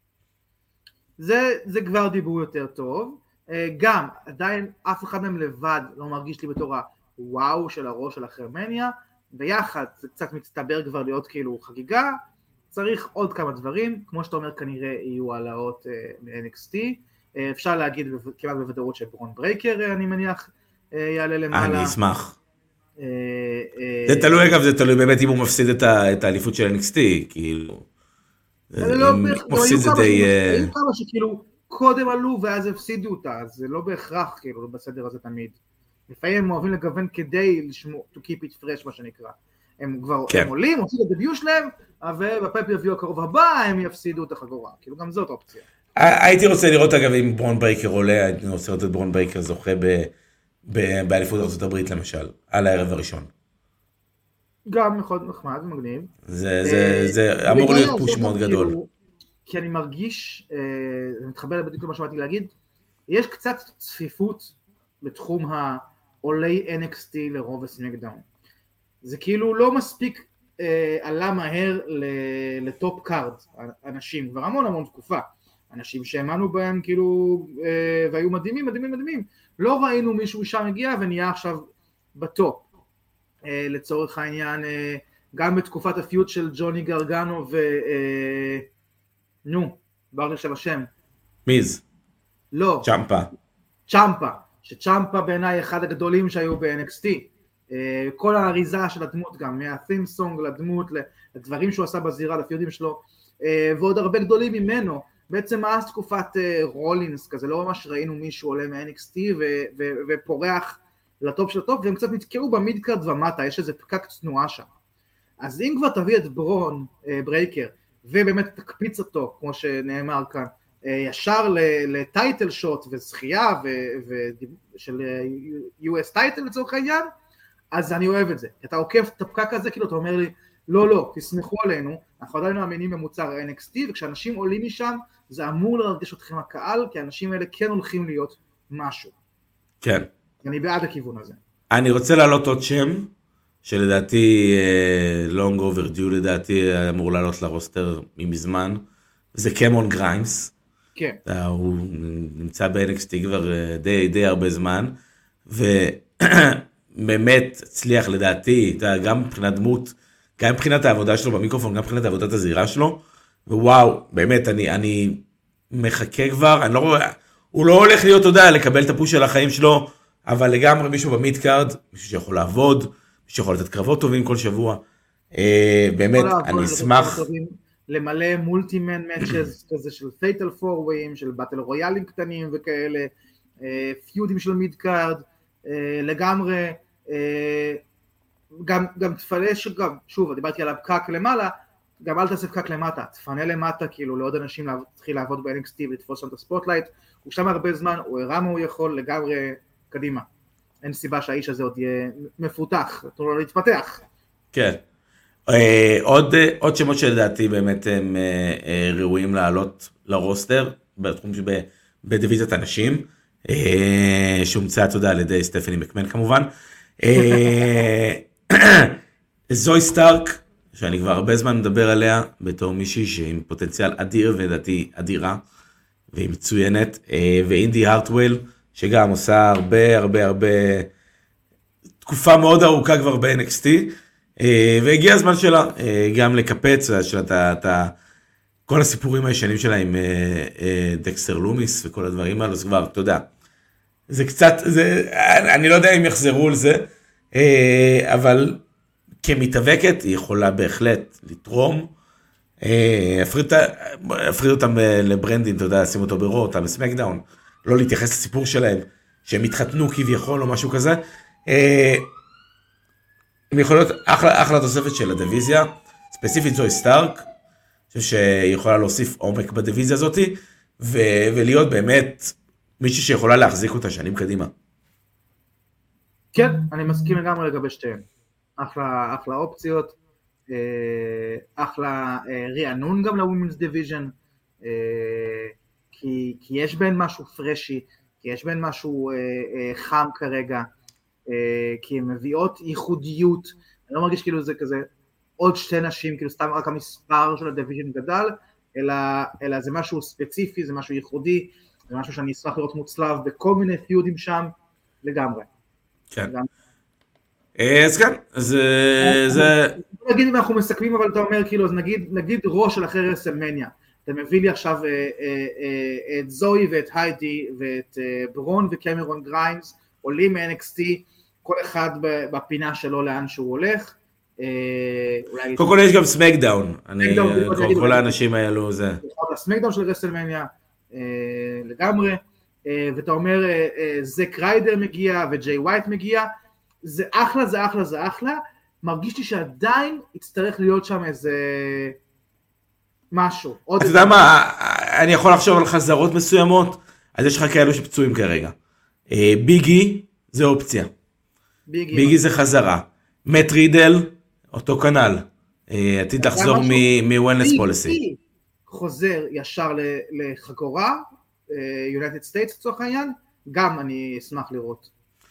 זה, זה כבר דיבור יותר טוב. גם, עדיין אף אחד מהם לבד לא מרגיש לי בתור הוואו של הראש של אחרי מניה, ביחד זה קצת מצטבר כבר להיות כאילו חגיגה, צריך עוד כמה דברים, כמו שאתה אומר כנראה יהיו העלאות מ-אן אקס טי, אפשר להגיד כמעט בוודאות שברון ברייקר אני מניח יעלה למעלה. אני אשמח. זה תלוי אגב, זה תלוי באמת אם הוא מפסיד את האליפות של אן אקס טי, כאילו, אם מפסיד זה די... היו כמה שכאילו קודם עלו ואז הפסידו אותה, אז זה לא בהכרח כאילו בסדר הזה תמיד. לפעמים הם אוהבים לגוון כדי לשמור, to keep it fresh מה שנקרא. הם כבר עולים, עושים את הדביוט שלהם, ובפייפריוויו הקרוב הבא הם יפסידו את החגורה, כאילו גם זאת אופציה. הייתי רוצה לראות אגב אם ברון ברייקר עולה, הייתי רוצה לראות את ברון ברייקר זוכה באליפות ארצות הברית למשל, על הערב הראשון. גם מאוד נחמד ומגניב. זה אמור להיות פוש מאוד גדול. כי אני מרגיש, זה מתחבר בדיוק למה שבאתי להגיד, יש קצת צפיפות בתחום העולי אן אקס טי לרוב הסמקדאון. זה כאילו לא מספיק עלה מהר לטופ קארד, אנשים, כבר המון המון תקופה. אנשים שהאמנו בהם כאילו, והיו מדהימים, מדהימים, מדהימים. לא ראינו מישהו שם הגיע ונהיה עכשיו בטופ. לצורך העניין, גם בתקופת הפיוט של ג'וני גרגנו ו... נו, ברח עכשיו השם. מיז. לא. צ'מפה. צ'מפה, שצ'מפה בעיניי אחד הגדולים שהיו ב-אן אקס טי. כל האריזה של הדמות גם, מהתים סונג לדמות, לדברים שהוא עשה בזירה, לפיודים שלו, ועוד הרבה גדולים ממנו. בעצם אז תקופת רולינס כזה, לא ממש ראינו מישהו עולה מ-אן אקס טי ו- ו- ופורח לטופ של הטופ, והם קצת נתקעו במידקארד ומטה, יש איזה פקק תנועה שם. אז אם כבר תביא את ברון ברייקר, ובאמת תקפיץ אותו, כמו שנאמר כאן, ישר לטייטל שוט וזכייה של יו אס טייטל לצורך העניין, אז אני אוהב את זה. אתה עוקף את הפקק הזה, כאילו אתה אומר לי, לא, לא, תסמכו עלינו, אנחנו עדיין מאמינים במוצר אן אקס טי, וכשאנשים עולים משם, זה אמור להרגיש אתכם הקהל, כי האנשים האלה כן הולכים להיות משהו. כן. אני בעד הכיוון הזה. אני רוצה להעלות עוד שם, שלדעתי, long overdue לדעתי, אמור לעלות לרוסטר ממזמן, זה קמרון גריימס. כן. הוא נמצא ב-אן אקס טי כבר די, די הרבה זמן, ובאמת הצליח לדעתי, גם מבחינת דמות, גם מבחינת העבודה שלו במיקרופון, גם מבחינת עבודת הזירה שלו, ווואו, באמת, אני, אני מחכה כבר, אני לא רואה, הוא לא הולך להיות, אתה יודע, לקבל את הפוש של החיים שלו, אבל לגמרי מישהו במידקארד, מישהו שיכול לעבוד, מישהו שיכול לתת קרבות טובים כל שבוע, באמת, אני אשמח. למלא מולטימן מאצ'ז כזה של פייטל פורוויים, של באטל רויאלים קטנים וכאלה, פיודים של מידקארד, לגמרי, גם, גם תפנה שגם, שוב, דיברתי על הפקק למעלה, גם אל תעשה פקק למטה, תפנה למטה, כאילו לעוד אנשים להתחיל לעבוד ב-אן אקס טי ולתפוס שם את הספוטלייט, הוא שם הרבה זמן, הוא הראה מה הוא יכול, לגמרי קדימה. אין סיבה שהאיש הזה עוד יהיה מפותח, תנו לו להתפתח. כן. עוד, עוד שמות שלדעתי באמת הם ראויים לעלות לרוסטר, בתחום שבדיוויזיית הנשים, שהומצא תודה על ידי סטפני מקמן כמובן. זוי סטארק, שאני כבר הרבה זמן מדבר עליה, בתור מישהי שעם פוטנציאל אדיר ולדעתי אדירה, והיא מצוינת, ואינדי הרטוול, שגם עושה הרבה הרבה הרבה, תקופה מאוד ארוכה כבר ב-אן אקס טי, והגיע הזמן שלה גם לקפץ, שלה, כל הסיפורים הישנים שלה עם דקסטר לומיס וכל הדברים האלו, זה כבר, אתה יודע, זה קצת, זה, אני לא יודע אם יחזרו על זה, אבל כמתאבקת היא יכולה בהחלט לתרום, הפריד אותם לברנדין, אתה יודע, שים אותו ברו, אותם בסמקדאון, לא להתייחס לסיפור שלהם, שהם התחתנו כביכול או משהו כזה, הם יכולים להיות אחלה, אחלה תוספת של הדיוויזיה, ספציפית זוי סטארק, אני חושב שהיא יכולה להוסיף עומק בדיוויזיה הזאת, ו- ולהיות באמת מישהי שיכולה להחזיק אותה שנים קדימה. כן, אני מסכים לגמרי לגבי שתיהן. אחלה, אחלה אופציות, אחלה רענון גם לווימנס דיוויז'ן, כי, כי יש בהן משהו פרשי, כי יש בהן משהו חם כרגע, כי הן מביאות ייחודיות, אני לא מרגיש כאילו זה כזה עוד שתי נשים, כאילו סתם רק המספר של הדיוויז'ן גדל, אלא, אלא זה משהו ספציפי, זה משהו ייחודי, זה משהו שאני אשמח לראות מוצלב בכל מיני פיודים שם, לגמרי. כן. אז כן, זה... נגיד אם אנחנו מסכמים, אבל אתה אומר כאילו, אז נגיד, נגיד ראש של אחרי רסלמניה, אתה מביא לי עכשיו את זוי ואת היידי ואת ברון וקמרון גריימס, עולים מ-אן אקס טי, כל אחד בפינה שלו לאן שהוא הולך. קודם כל יש גם סמקדאון, כל האנשים האלו זה. הסמקדאון של רסלמניה לגמרי, ואתה אומר זק ריידר מגיע וג'יי ווייט מגיע, זה אחלה, זה אחלה, זה אחלה, מרגיש לי שעדיין יצטרך להיות שם איזה משהו. אתה יודע מה, אני יכול לחשוב על חזרות מסוימות, אז יש לך כאלו שפצועים כרגע. ביגי זה אופציה, ביגי זה חזרה, מט רידל אותו כנל, עתיד לחזור מ-Wellness Policy. חוזר ישר לחגורה, United States לצורך העניין, גם אני אשמח לראות.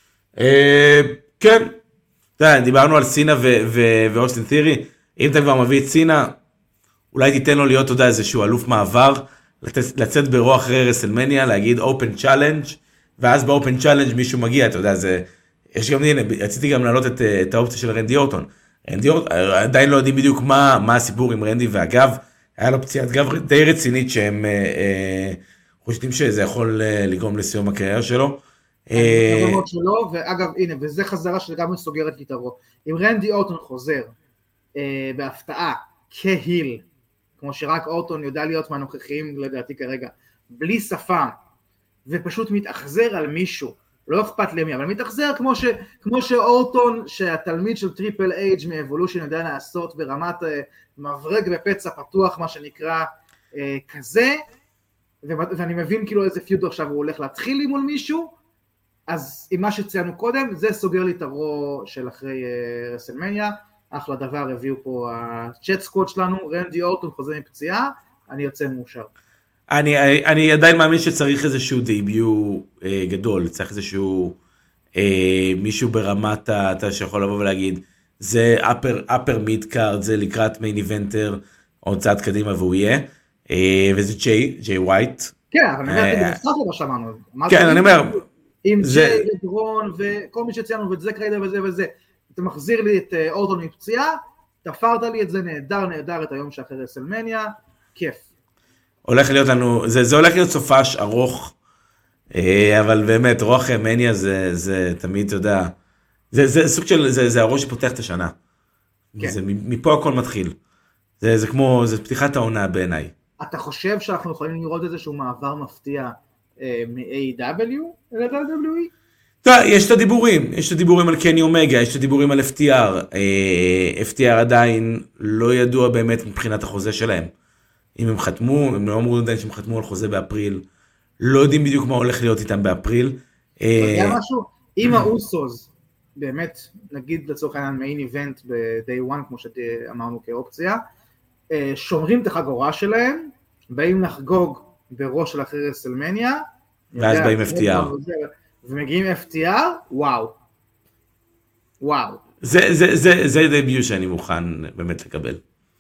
כן, דיברנו על סינה ואוסטין תירי, אם אתה כבר מביא את סינה, אולי תיתן לו להיות, אתה יודע, איזשהו אלוף מעבר, לצאת ברוע אחרי רסלמניה, להגיד אופן צ'אלנג', ואז באופן צ'אלנג' מישהו מגיע, אתה יודע, זה, יש גם, הנה, רציתי גם להעלות את, את האופציה של רנדי אורטון. רנדי אורטון, עדיין לא יודעים בדיוק מה, מה הסיפור עם רנדי, ואגב, היה לו פציעת גב די רצינית, שהם אה, אה, חושבים שזה יכול אה, לגרום לסיום הקריירה שלו. אה, שלו, ואגב, הנה, וזה חזרה שגם סוגרת גיטרו. אם רנדי אורטון חוזר, אה, בהפתעה, כהיל, כמו שרק אורטון יודע להיות מהנוכחים, לדעתי כרגע, בלי שפה, ופשוט מתאכזר על מישהו, לא אכפת למי, אבל מתאכזר כמו, ש, כמו שאורטון, שהתלמיד של טריפל אייג' מאבולושן יודע לעשות ברמת אה, מברג בפצע פתוח, מה שנקרא אה, כזה, ו, ואני מבין כאילו איזה פיוד עכשיו הוא הולך להתחיל מול מישהו, אז עם מה שציינו קודם, זה סוגר לי את הרו של אחרי אה, רסלמניה, אחלה דבר, הביאו פה הצ'אט סקוואד שלנו, רנדי אורטון חוזר מפציעה, אני יוצא מאושר. אני, אני עדיין מאמין שצריך איזשהו דייביו אה, גדול, צריך איזשהו אה, מישהו ברמת, אתה שיכול לבוא ולהגיד, זה upper, upper mid card, זה לקראת מיין איבנטר, או צעד קדימה והוא יהיה, אה, וזה ג'יי, ג'יי ווייט. כן, אבל אני אומר, זה נפתח למה שמענו. כן, אני אומר. עם ג'יי ודרון וכל מי שציינו, וזה קריידר וזה וזה, אתה מחזיר לי את אורטון מפציעה, תפרת לי את זה נהדר, נהדר את היום שאחרי רסלמניה, כיף. הולך להיות לנו, זה, זה הולך להיות סופש ארוך, אבל באמת, רוח מניה זה, זה תמיד, אתה יודע, זה, זה סוג של, זה, זה הראש שפותח את השנה. כן. זה, מפה הכל מתחיל. זה, זה כמו, זה פתיחת העונה בעיניי. אתה חושב שאנחנו יכולים לראות איזשהו מעבר מפתיע מ-איי דאבליו ל-דאבליו אי? יש את הדיבורים, יש את הדיבורים על קני אומגה, יש את הדיבורים על אף טי אר, אף טי אר עדיין לא ידוע באמת מבחינת החוזה שלהם. אם הם חתמו, הם לא אמרו עדיין שהם חתמו על חוזה באפריל, לא יודעים בדיוק מה הולך להיות איתם באפריל. אתה יודע משהו? אם האוסוס, באמת, נגיד לצורך העניין מיין איבנט ב-day one, כמו שאמרנו כאופציה, שומרים את החגורה שלהם, באים לחגוג בראש של אחרי רסלמניה, ואז באים אף טי אר. ומגיעים אף טי אר, וואו. וואו. זה, זה, זה, זה דביוט שאני מוכן באמת לקבל.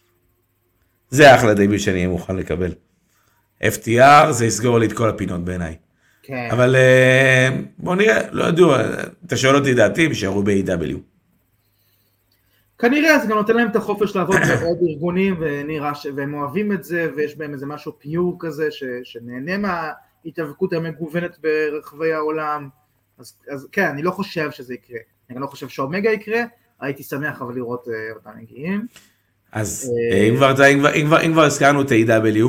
זה אחלה דביוט שאני מוכן לקבל. אף טי אר זה יסגור לי את כל הפינות בעיניי. כן. אבל בוא נראה, לא ידוע, אתה שואל אותי דעתי, שישארו ב-איי דאבליו. כנראה זה גם נותן להם את החופש לעבוד בעוד ארגונים, ונראה ש... והם אוהבים את זה, ויש בהם איזה משהו פיור כזה, ש... שנהנה מההתאבקות המגוונת ברחבי העולם. אז, אז כן, אני לא חושב שזה יקרה. אני גם לא חושב שאומגה יקרה, הייתי שמח אבל לראות uh, אותם מגיעים. אז אם כבר, אם כבר, אם כבר, אם כבר הזכרנו את איי דאבליו,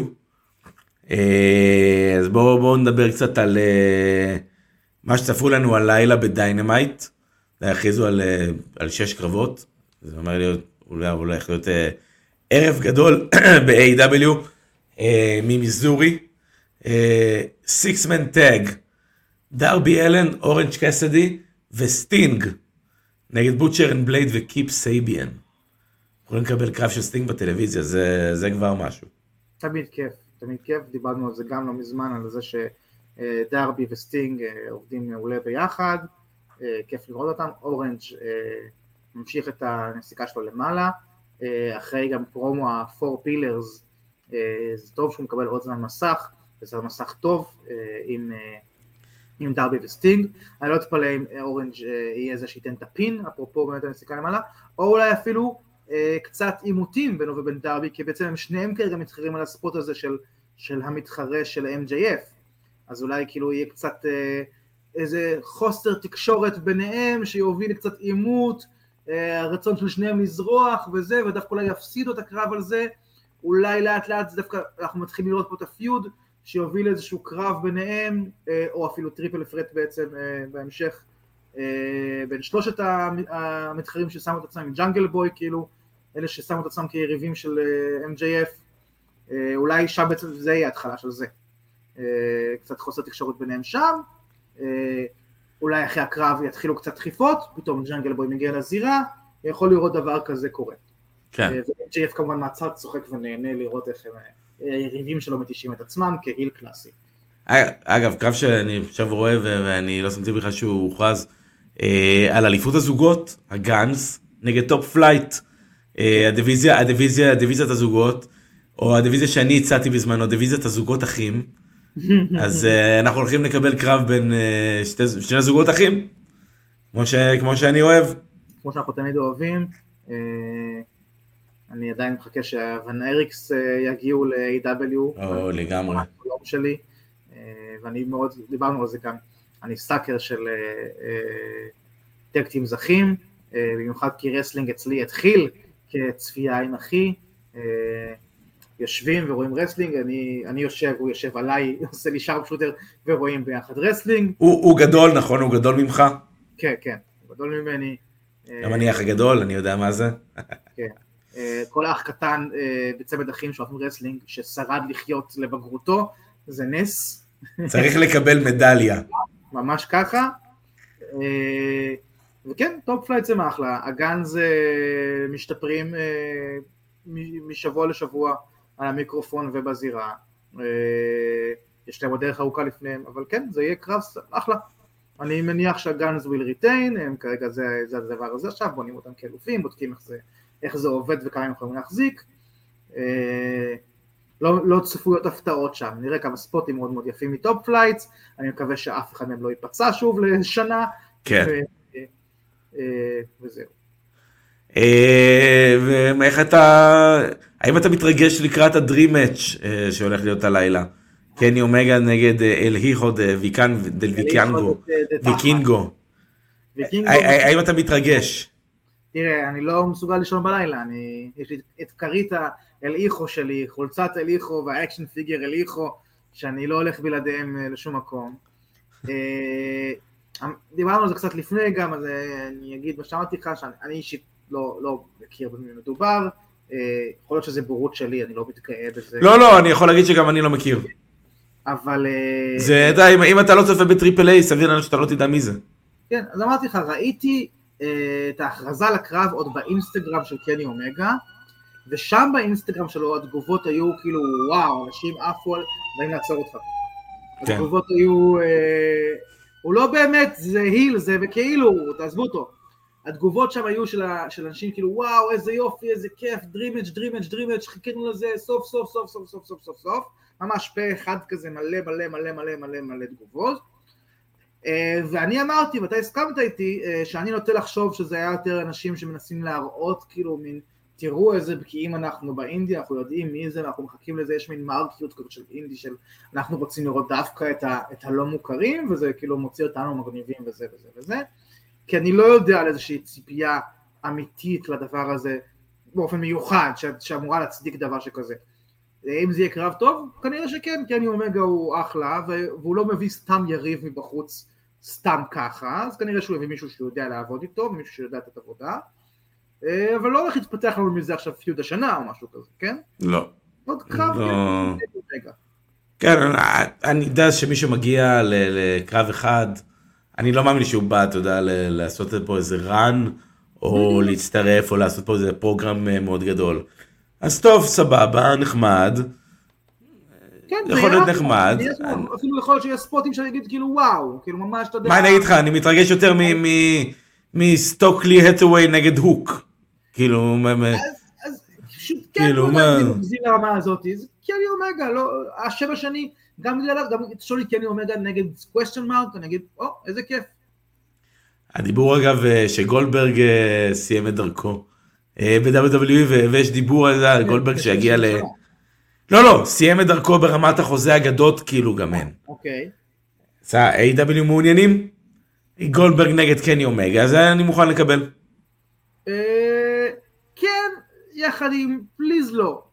אז בואו בואו נדבר קצת על מה שצפו לנו הלילה בדיינמייט, להכריזו על, על שש קרבות, זה אומר להיות, אולי הולך להיות ערב גדול ב-איי דאבליו, ממיזורי, סיקס-מן טאג, דרבי אלן, אורנג' קסדי וסטינג, נגד בוטשר אנד בלייד וקיפ סייביאן. יכולים לקבל קרב של סטינג בטלוויזיה, זה, זה כבר משהו. תמיד כיף, תמיד כיף, דיברנו על זה גם לא מזמן, על זה שדרבי וסטינג עובדים מעולה ביחד, כיף לראות אותם, אורנג' ממשיך את הנסיקה שלו למעלה, אחרי גם פרומו ה-פור פילרס, זה טוב שהוא מקבל עוד זמן מסך, וזה מסך טוב עם, עם דרבי וסטינג, אני לא אתפלא אם אורנג' יהיה זה שייתן את הפין, אפרופו באמת הנסיקה למעלה, או אולי אפילו קצת עימותים בינו ובין דרבי, כי בעצם הם שניהם כרגע מתחרים על הספוט הזה של, של המתחרה של אם ג'יי אף, אז אולי כאילו יהיה קצת איזה חוסר תקשורת ביניהם, שיוביל קצת עימות, הרצון של שניהם לזרוח וזה, ודווקא אולי יפסידו את הקרב על זה, אולי לאט לאט זה דווקא, אנחנו מתחילים לראות פה את הפיוד, שיוביל איזשהו קרב ביניהם, או אפילו טריפל פרט בעצם בהמשך, בין שלושת המתחרים ששמו את עצמם, ג'אנגל בוי, כאילו, אלה ששמו את עצמם כיריבים של אם ג'יי אף, אולי שם בעצם זה יהיה התחלה של זה, קצת חוסר תקשורת ביניהם שם, אולי אחרי הקרב יתחילו קצת דחיפות, פתאום ג'אנגל בוי מגיע לזירה, יכול לראות דבר כזה קורה. כן. ו-אם ג'יי אף כמובן מהצד צוחק ונהנה לראות איך הם היריבים שלו מתישים את עצמם כהיל קלאסי. אגב, קרב שאני עכשיו רואה ואני לא שמתי בכלל שהוא הוכרז, על אליפות הזוגות, הגאנס, נגד טופ פלייט, הדיוויזיה, הדיוויזיה, דיוויזיית הזוגות, או הדיוויזיה שאני הצעתי בזמנו, דיוויזיית הזוגות אחים, אז אנחנו הולכים לקבל קרב בין שני זוגות אחים, כמו שאני אוהב. כמו שאנחנו תמיד אוהבים, אני עדיין מחכה שהוון אריקס יגיעו ל-איי דאבליו. או, לגמרי. שלי, ואני מאוד, דיברנו על זה גם, אני סאקר של טקטים זכים, במיוחד כי רסלינג אצלי התחיל כצפייה עם אחי, יושבים ורואים רסלינג, אני, אני יושב, הוא יושב עליי, עושה לי שרפ שוטר ורואים ביחד רסלינג. הוא, הוא גדול, נכון? הוא גדול ממך? כן, כן, הוא גדול ממני. גם אני אח הגדול, אני יודע מה זה. כן. כל אח קטן בצמד אחים שאוהבים רסלינג, ששרד לחיות לבגרותו, זה נס. צריך לקבל מדליה. ממש ככה. וכן, טופ פלייט זה מאחלה. הגאנז משתפרים משבוע לשבוע על המיקרופון ובזירה. יש להם עוד דרך ארוכה לפניהם, אבל כן, זה יהיה קרב אחלה. אני מניח שהגאנז will retain, הם כרגע זה, זה הדבר הזה עכשיו, בונים אותם כאלופים, בודקים איך זה, איך זה עובד וכמה הם יכולים להחזיק. לא, לא צפויות הפתעות שם, נראה כמה ספוטים מאוד מאוד יפים מטופ פלייטס, אני מקווה שאף אחד מהם לא ייפצע שוב לשנה, כן. ו, וזהו. ואיך אתה, האם אתה מתרגש לקראת הדרים מאץ' שהולך להיות הלילה? קני אומגה נגד אל היחו דל ויקינגו, ויקינגו. האם אתה מתרגש? תראה, אני לא מסוגל לישון בלילה, אני, יש לי את קריטה אל היחו שלי, חולצת אל היחו והאקשן פיגר אל היחו, שאני לא הולך בלעדיהם לשום מקום. דיברנו על זה קצת לפני גם, אז אני אגיד מה שאמרתי לך, שאני אישית לא, לא מכיר במי מדובר, יכול להיות שזה בורות שלי, אני לא מתגאה בזה. לא, לא, אני יכול להגיד שגם אני לא מכיר. אבל... זה, אתה, אם, אם אתה לא צופה בטריפל איי, סביר לנו שאתה לא תדע מי זה. כן, אז אמרתי לך, ראיתי את ההכרזה לקרב עוד באינסטגרם של קני אומגה, ושם באינסטגרם שלו התגובות היו כאילו, וואו, אנשים עפו על... באים לעצור אותך. כן. התגובות היו... הוא לא באמת, זה היל, זה וכאילו, תעזבו אותו. התגובות שם היו של, ה, של אנשים כאילו, וואו, איזה יופי, איזה כיף, דרימג' דרימג' דרימג' חיכינו לזה, סוף סוף סוף סוף סוף סוף סוף סוף, ממש פה אחד כזה מלא מלא מלא מלא מלא מלא תגובות, ואני אמרתי, ואתה הסכמת איתי, שאני נוטה לחשוב שזה היה יותר אנשים שמנסים להראות, כאילו, מין, תראו איזה בקיאים אנחנו באינדי, אנחנו יודעים מי זה, אנחנו מחכים לזה, יש מין מרקיות כזאת של אינדי, של אנחנו רוצים לראות דווקא את, ה, את הלא מוכרים, וזה כאילו מוציא אותנו מגניבים וזה וזה וזה, כי אני לא יודע על איזושהי ציפייה אמיתית לדבר הזה, באופן מיוחד, שאמורה להצדיק דבר שכזה. אם זה יהיה קרב טוב, כנראה שכן, כי אני אומגה הוא אחלה, והוא לא מביא סתם יריב מבחוץ, סתם ככה, אז כנראה שהוא הביא מישהו שיודע לעבוד איתו, ומישהו שיודע את עבודה, אבל לא הולך להתפתח לנו מזה עכשיו פיוד השנה או משהו כזה, כן? לא. עוד קרב, לא. כן, אני יודע שמישהו מגיע לקרב אחד, אני לא מאמין שהוא בא, אתה יודע, לעשות פה איזה רן, או להצטרף, או לעשות פה איזה פרוגרם מאוד גדול. אז טוב, סבבה, נחמד. כן, יכול להיות נחמד. אפילו יכול להיות שיש ספוטים שאני אגיד כאילו וואו, כאילו ממש אתה יודע... מה אני אגיד לך, אני מתרגש יותר מסטוקלי הטווי נגד הוק. כאילו... אז פשוט כן, אני מגזים לרמה הזאת, כי אני אומגה, השבע שני, גם תשאול לי כי אני אומגה נגד question mark, אני אגיד, או, איזה כיף. הדיבור אגב שגולדברג סיים את דרכו ב-דאבליו דאבליו אי ויש דיבור על גולדברג שיגיע ל... לא, לא, סיים את דרכו ברמת החוזה אגדות כאילו גם אין. אוקיי. איי דאבליו מעוניינים? גולדברג נגד קני אומגה, אז אני מוכן לקבל. כן, יחד עם פליז לא.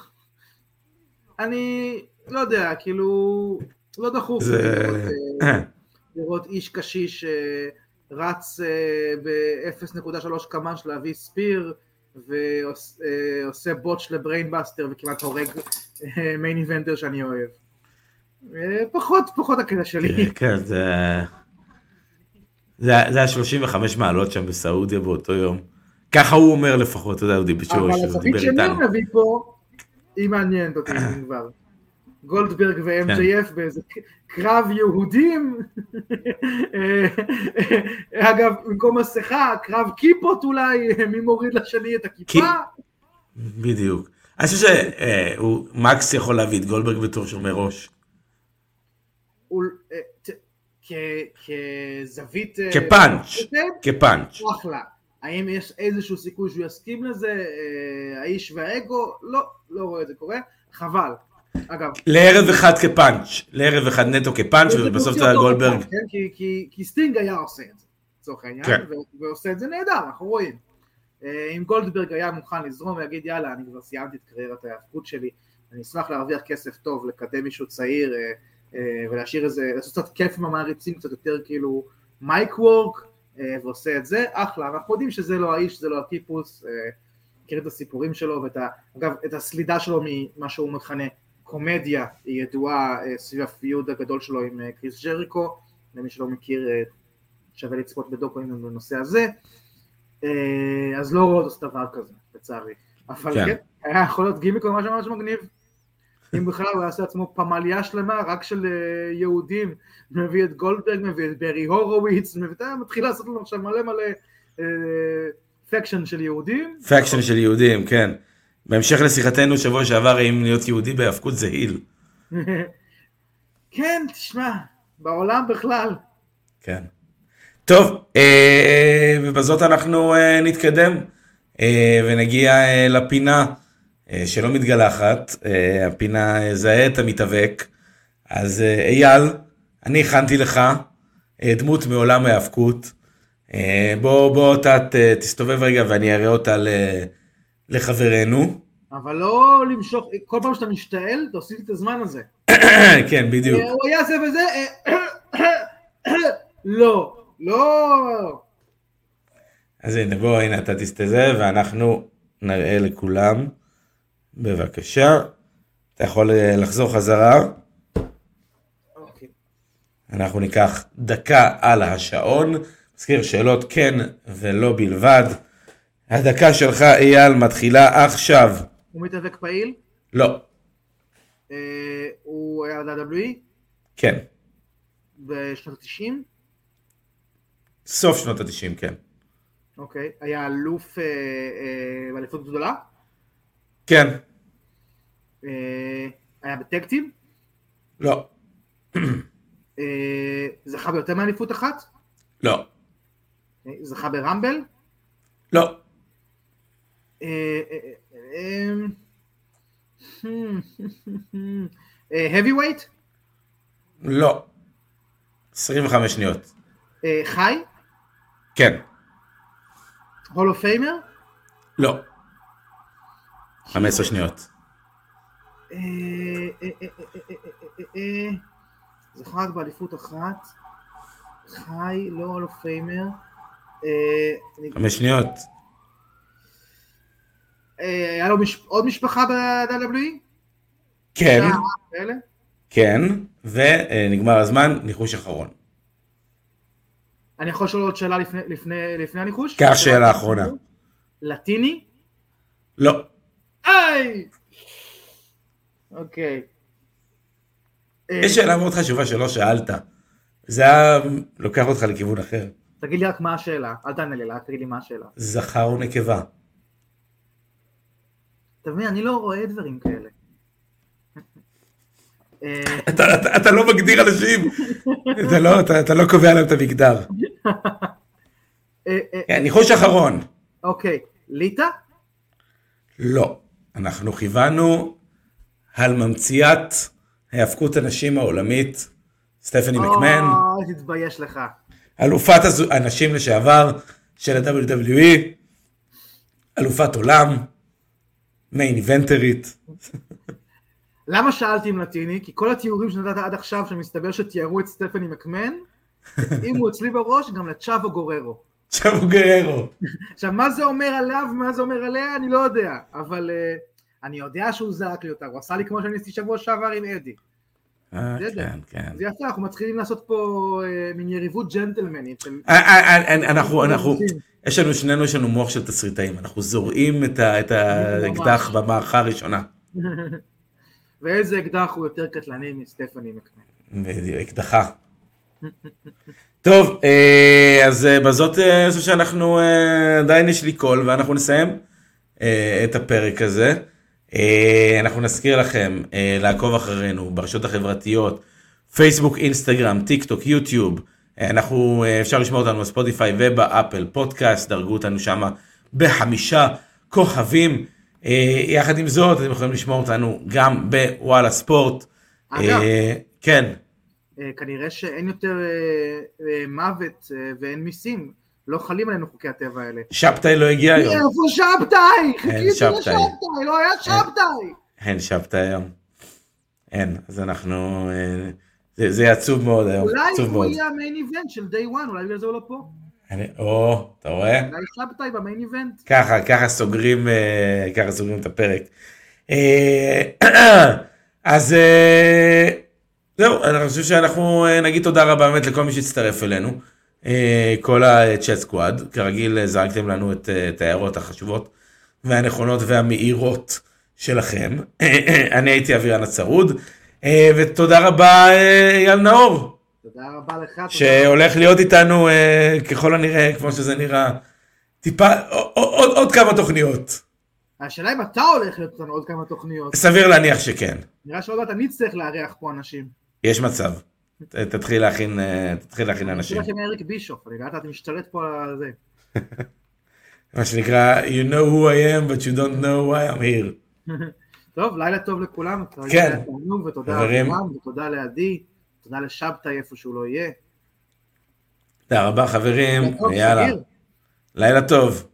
אני לא יודע, כאילו, לא דחוף לראות איש קשיש רץ ב-אפס נקודה שלוש קמ"ש להביא ספיר, ועושה בוטש לבריינבאסטר וכמעט הורג מיין איבנטר שאני אוהב. פחות, פחות הקטע שלי. כן, זה... זה היה שלושים וחמש מעלות שם בסעודיה באותו יום. ככה הוא אומר לפחות, אתה יודע, הוא דיבר איתנו. אבל הספיק שאני מביא פה, היא מעניינת אותי כבר. גולדברג ו-אם ג'יי אף באיזה קרב יהודים, אגב, במקום מסכה, קרב כיפות אולי, מי מוריד לשני את הכיפה? בדיוק. אני חושב שמקס יכול להביא את גולדברג בתור שומר ראש. כזווית... כפאנץ', כפאנץ'. אחלה. האם יש איזשהו סיכוי שהוא יסכים לזה? האיש והאגו? לא, לא רואה את זה קורה. חבל. אגב. לערב אחד כפאנץ', לערב אחד נטו כפאנץ', ובסוף זה היה גולדברג. כי סטינג היה עושה את זה, לצורך העניין, ועושה את זה נהדר, אנחנו רואים. אם גולדברג היה מוכן לזרום ויגיד, יאללה, אני כבר סיימתי את קריירת ההפקות שלי, אני אשמח להרוויח כסף טוב, לקדם מישהו צעיר, ולהשאיר איזה, לעשות קצת כיף עם המעריצים, קצת יותר כאילו מייק וורק, ועושה את זה, אחלה, אנחנו יודעים שזה לא האיש, זה לא הטיפוס, מכיר את הסיפורים שלו, ואגב, את הסלידה שלו ממה שהוא מכנה קומדיה, היא ידועה סביב הפיוד הגדול שלו עם קריס ג'ריקו, למי שלא מכיר, שווה לצפות בדוקוים בנושא הזה, אז לא רואה עוד דבר כזה, לצערי, אבל כן, היה יכול להיות גימיק או משהו ממש מגניב, אם בכלל הוא יעשה עצמו פמליה שלמה, רק של יהודים, מביא את גולדברג, מביא את ברי הורוביץ, מתחיל לעשות לנו עכשיו מלא מלא פקשן של יהודים. פקשן של יהודים, כן. בהמשך לשיחתנו שבוע שעבר, אם להיות יהודי בהפקות זה היל. כן, תשמע, בעולם בכלל. כן. טוב, ובזאת אנחנו נתקדם, ונגיע לפינה, שלא מתגלחת, הפינה זהה את המתאבק, אז אייל, אני הכנתי לך דמות מעולם ההאבקות, בוא, בוא אתה תסתובב רגע ואני אראה אותה לחברנו. אבל לא למשוך, כל פעם שאתה משתעל, תוסיף את הזמן הזה. כן, בדיוק. הוא היה זה וזה, לא, לא. אז הנה, בוא, הנה אתה תסתזה ואנחנו נראה לכולם. בבקשה, אתה יכול לחזור חזרה. אוקיי. אנחנו ניקח דקה על השעון, מזכיר שאלות כן ולא בלבד. הדקה שלך אייל מתחילה עכשיו. הוא מתאבק פעיל? לא. אה, הוא היה ב-דאבליו דאבליו אי? כן. בשנות ה-תשעים? סוף שנות ה-תשעים, כן. אוקיי. היה אלוף אה, אה, באליפות גדולה? כן. היה בטקטים? לא. זכה ביותר מאליפות אחת? לא. זכה ברמבל? לא. heavyweight? לא. עשרים וחמש שניות. חי? כן. הול אוף פיימר? לא. חמש עשרה שניות. זכה רק באליפות אחת. חי, לא הול אוף פיימר. חמש שניות. היה לו עוד משפחה ב-דאבליו דאבליו אי? כן. כן, ונגמר הזמן, ניחוש אחרון. אני יכול לשאול עוד שאלה לפני הניחוש? כך שאלה אחרונה. לטיני? לא. איי! אוקיי. יש שאלה מאוד חשובה שלא שאלת. זה היה לוקח אותך לכיוון אחר. תגיד לי רק מה השאלה, אל תענה לי, תגיד לי מה השאלה. זכר או נקבה? תבין, אני לא רואה דברים כאלה. אתה לא מגדיר אנשים, אתה לא קובע להם את המגדר. ניחוש אחרון. אוקיי, ליטה? לא, אנחנו כיוונו על ממציאת ההאבקות הנשים העולמית, סטפני מקמן. אוי, תתבייש לך. אלופת הנשים לשעבר של ה-דאבליו דאבליו אי, אלופת עולם, מיין איבנטרית. למה שאלתי עם לטיני? כי כל התיאורים שנתת עד עכשיו, שמסתבר שתיארו את סטפני מקמן, אם הוא אצלי בראש, גם לצ'אבו גוררו. צ'אבו גוררו. עכשיו, מה זה אומר עליו, מה זה אומר עליה, אני לא יודע, אבל uh, אני יודע שהוא זרק לי אותה, הוא עשה לי כמו שאני עשיתי שבוע שעבר עם אדי. אה, כן, כן. זה יפה, אנחנו מתחילים לעשות פה uh, מין יריבות ג'נטלמנית. אנחנו, אנחנו, יש לנו שנינו, יש לנו מוח של תסריטאים, אנחנו זורעים את האקדח במערכה הראשונה. ואיזה אקדח הוא יותר קטלני מסטפני מקמן. אקדחה. טוב, אז בזאת זו שאנחנו עדיין יש לי קול, ואנחנו נסיים את הפרק הזה. אנחנו נזכיר לכם לעקוב אחרינו ברשתות החברתיות, פייסבוק, אינסטגרם, טיק טוק, יוטיוב. אנחנו, אפשר לשמוע אותנו בספוטיפיי ובאפל פודקאסט, דרגו אותנו שם בחמישה כוכבים. יחד עם זאת, אתם יכולים לשמוע אותנו גם בוואלה ספורט. אגב, כן. כנראה שאין יותר מוות ואין מיסים, לא חלים עלינו חוקי הטבע האלה. שבתאי לא הגיע היום. איפה שבתאי? חיכיתי שבתאי. לשבתאי, לא היה שבתאי. אין שבתאי היום. אין, אז אנחנו, זה, זה עצוב מאוד היום. אולי עצוב הוא מאוד. יהיה המיין איבנט של דיי וואן, אולי בגלל זה הוא לא פה. אני, או, אתה רואה? אולי שבתאי במיין איבנט. ככה, ככה סוגרים, ככה סוגרים את הפרק. אז זהו, אני חושב שאנחנו נגיד תודה רבה באמת לכל מי שהצטרף אלינו. כל הצ'אט סקוואד, כרגיל זרקתם לנו את, את ההערות החשובות והנכונות והמהירות שלכם. אני הייתי אבירן הצרוד, ותודה רבה אייל נאור. תודה רבה לך. שהולך להיות איתנו ככל הנראה, כמו שזה נראה, טיפה, עוד, עוד כמה תוכניות. השאלה אם אתה הולך להיות איתנו עוד כמה תוכניות. סביר להניח שכן. נראה שעוד מעט אני צריך לארח פה אנשים. יש מצב. תתחיל להכין, תתחיל להכין אנשים. אני הולך עם אריק בישוף, אני גאית, אתה משתלט פה על זה. מה שנקרא, you know who I am, but you don't know why I'm here. טוב, לילה טוב לכולם. כן. ותודה אברהם, ותודה לעדי, תודה לשבתאי איפה שהוא לא יהיה. תודה רבה חברים, יאללה. לילה טוב.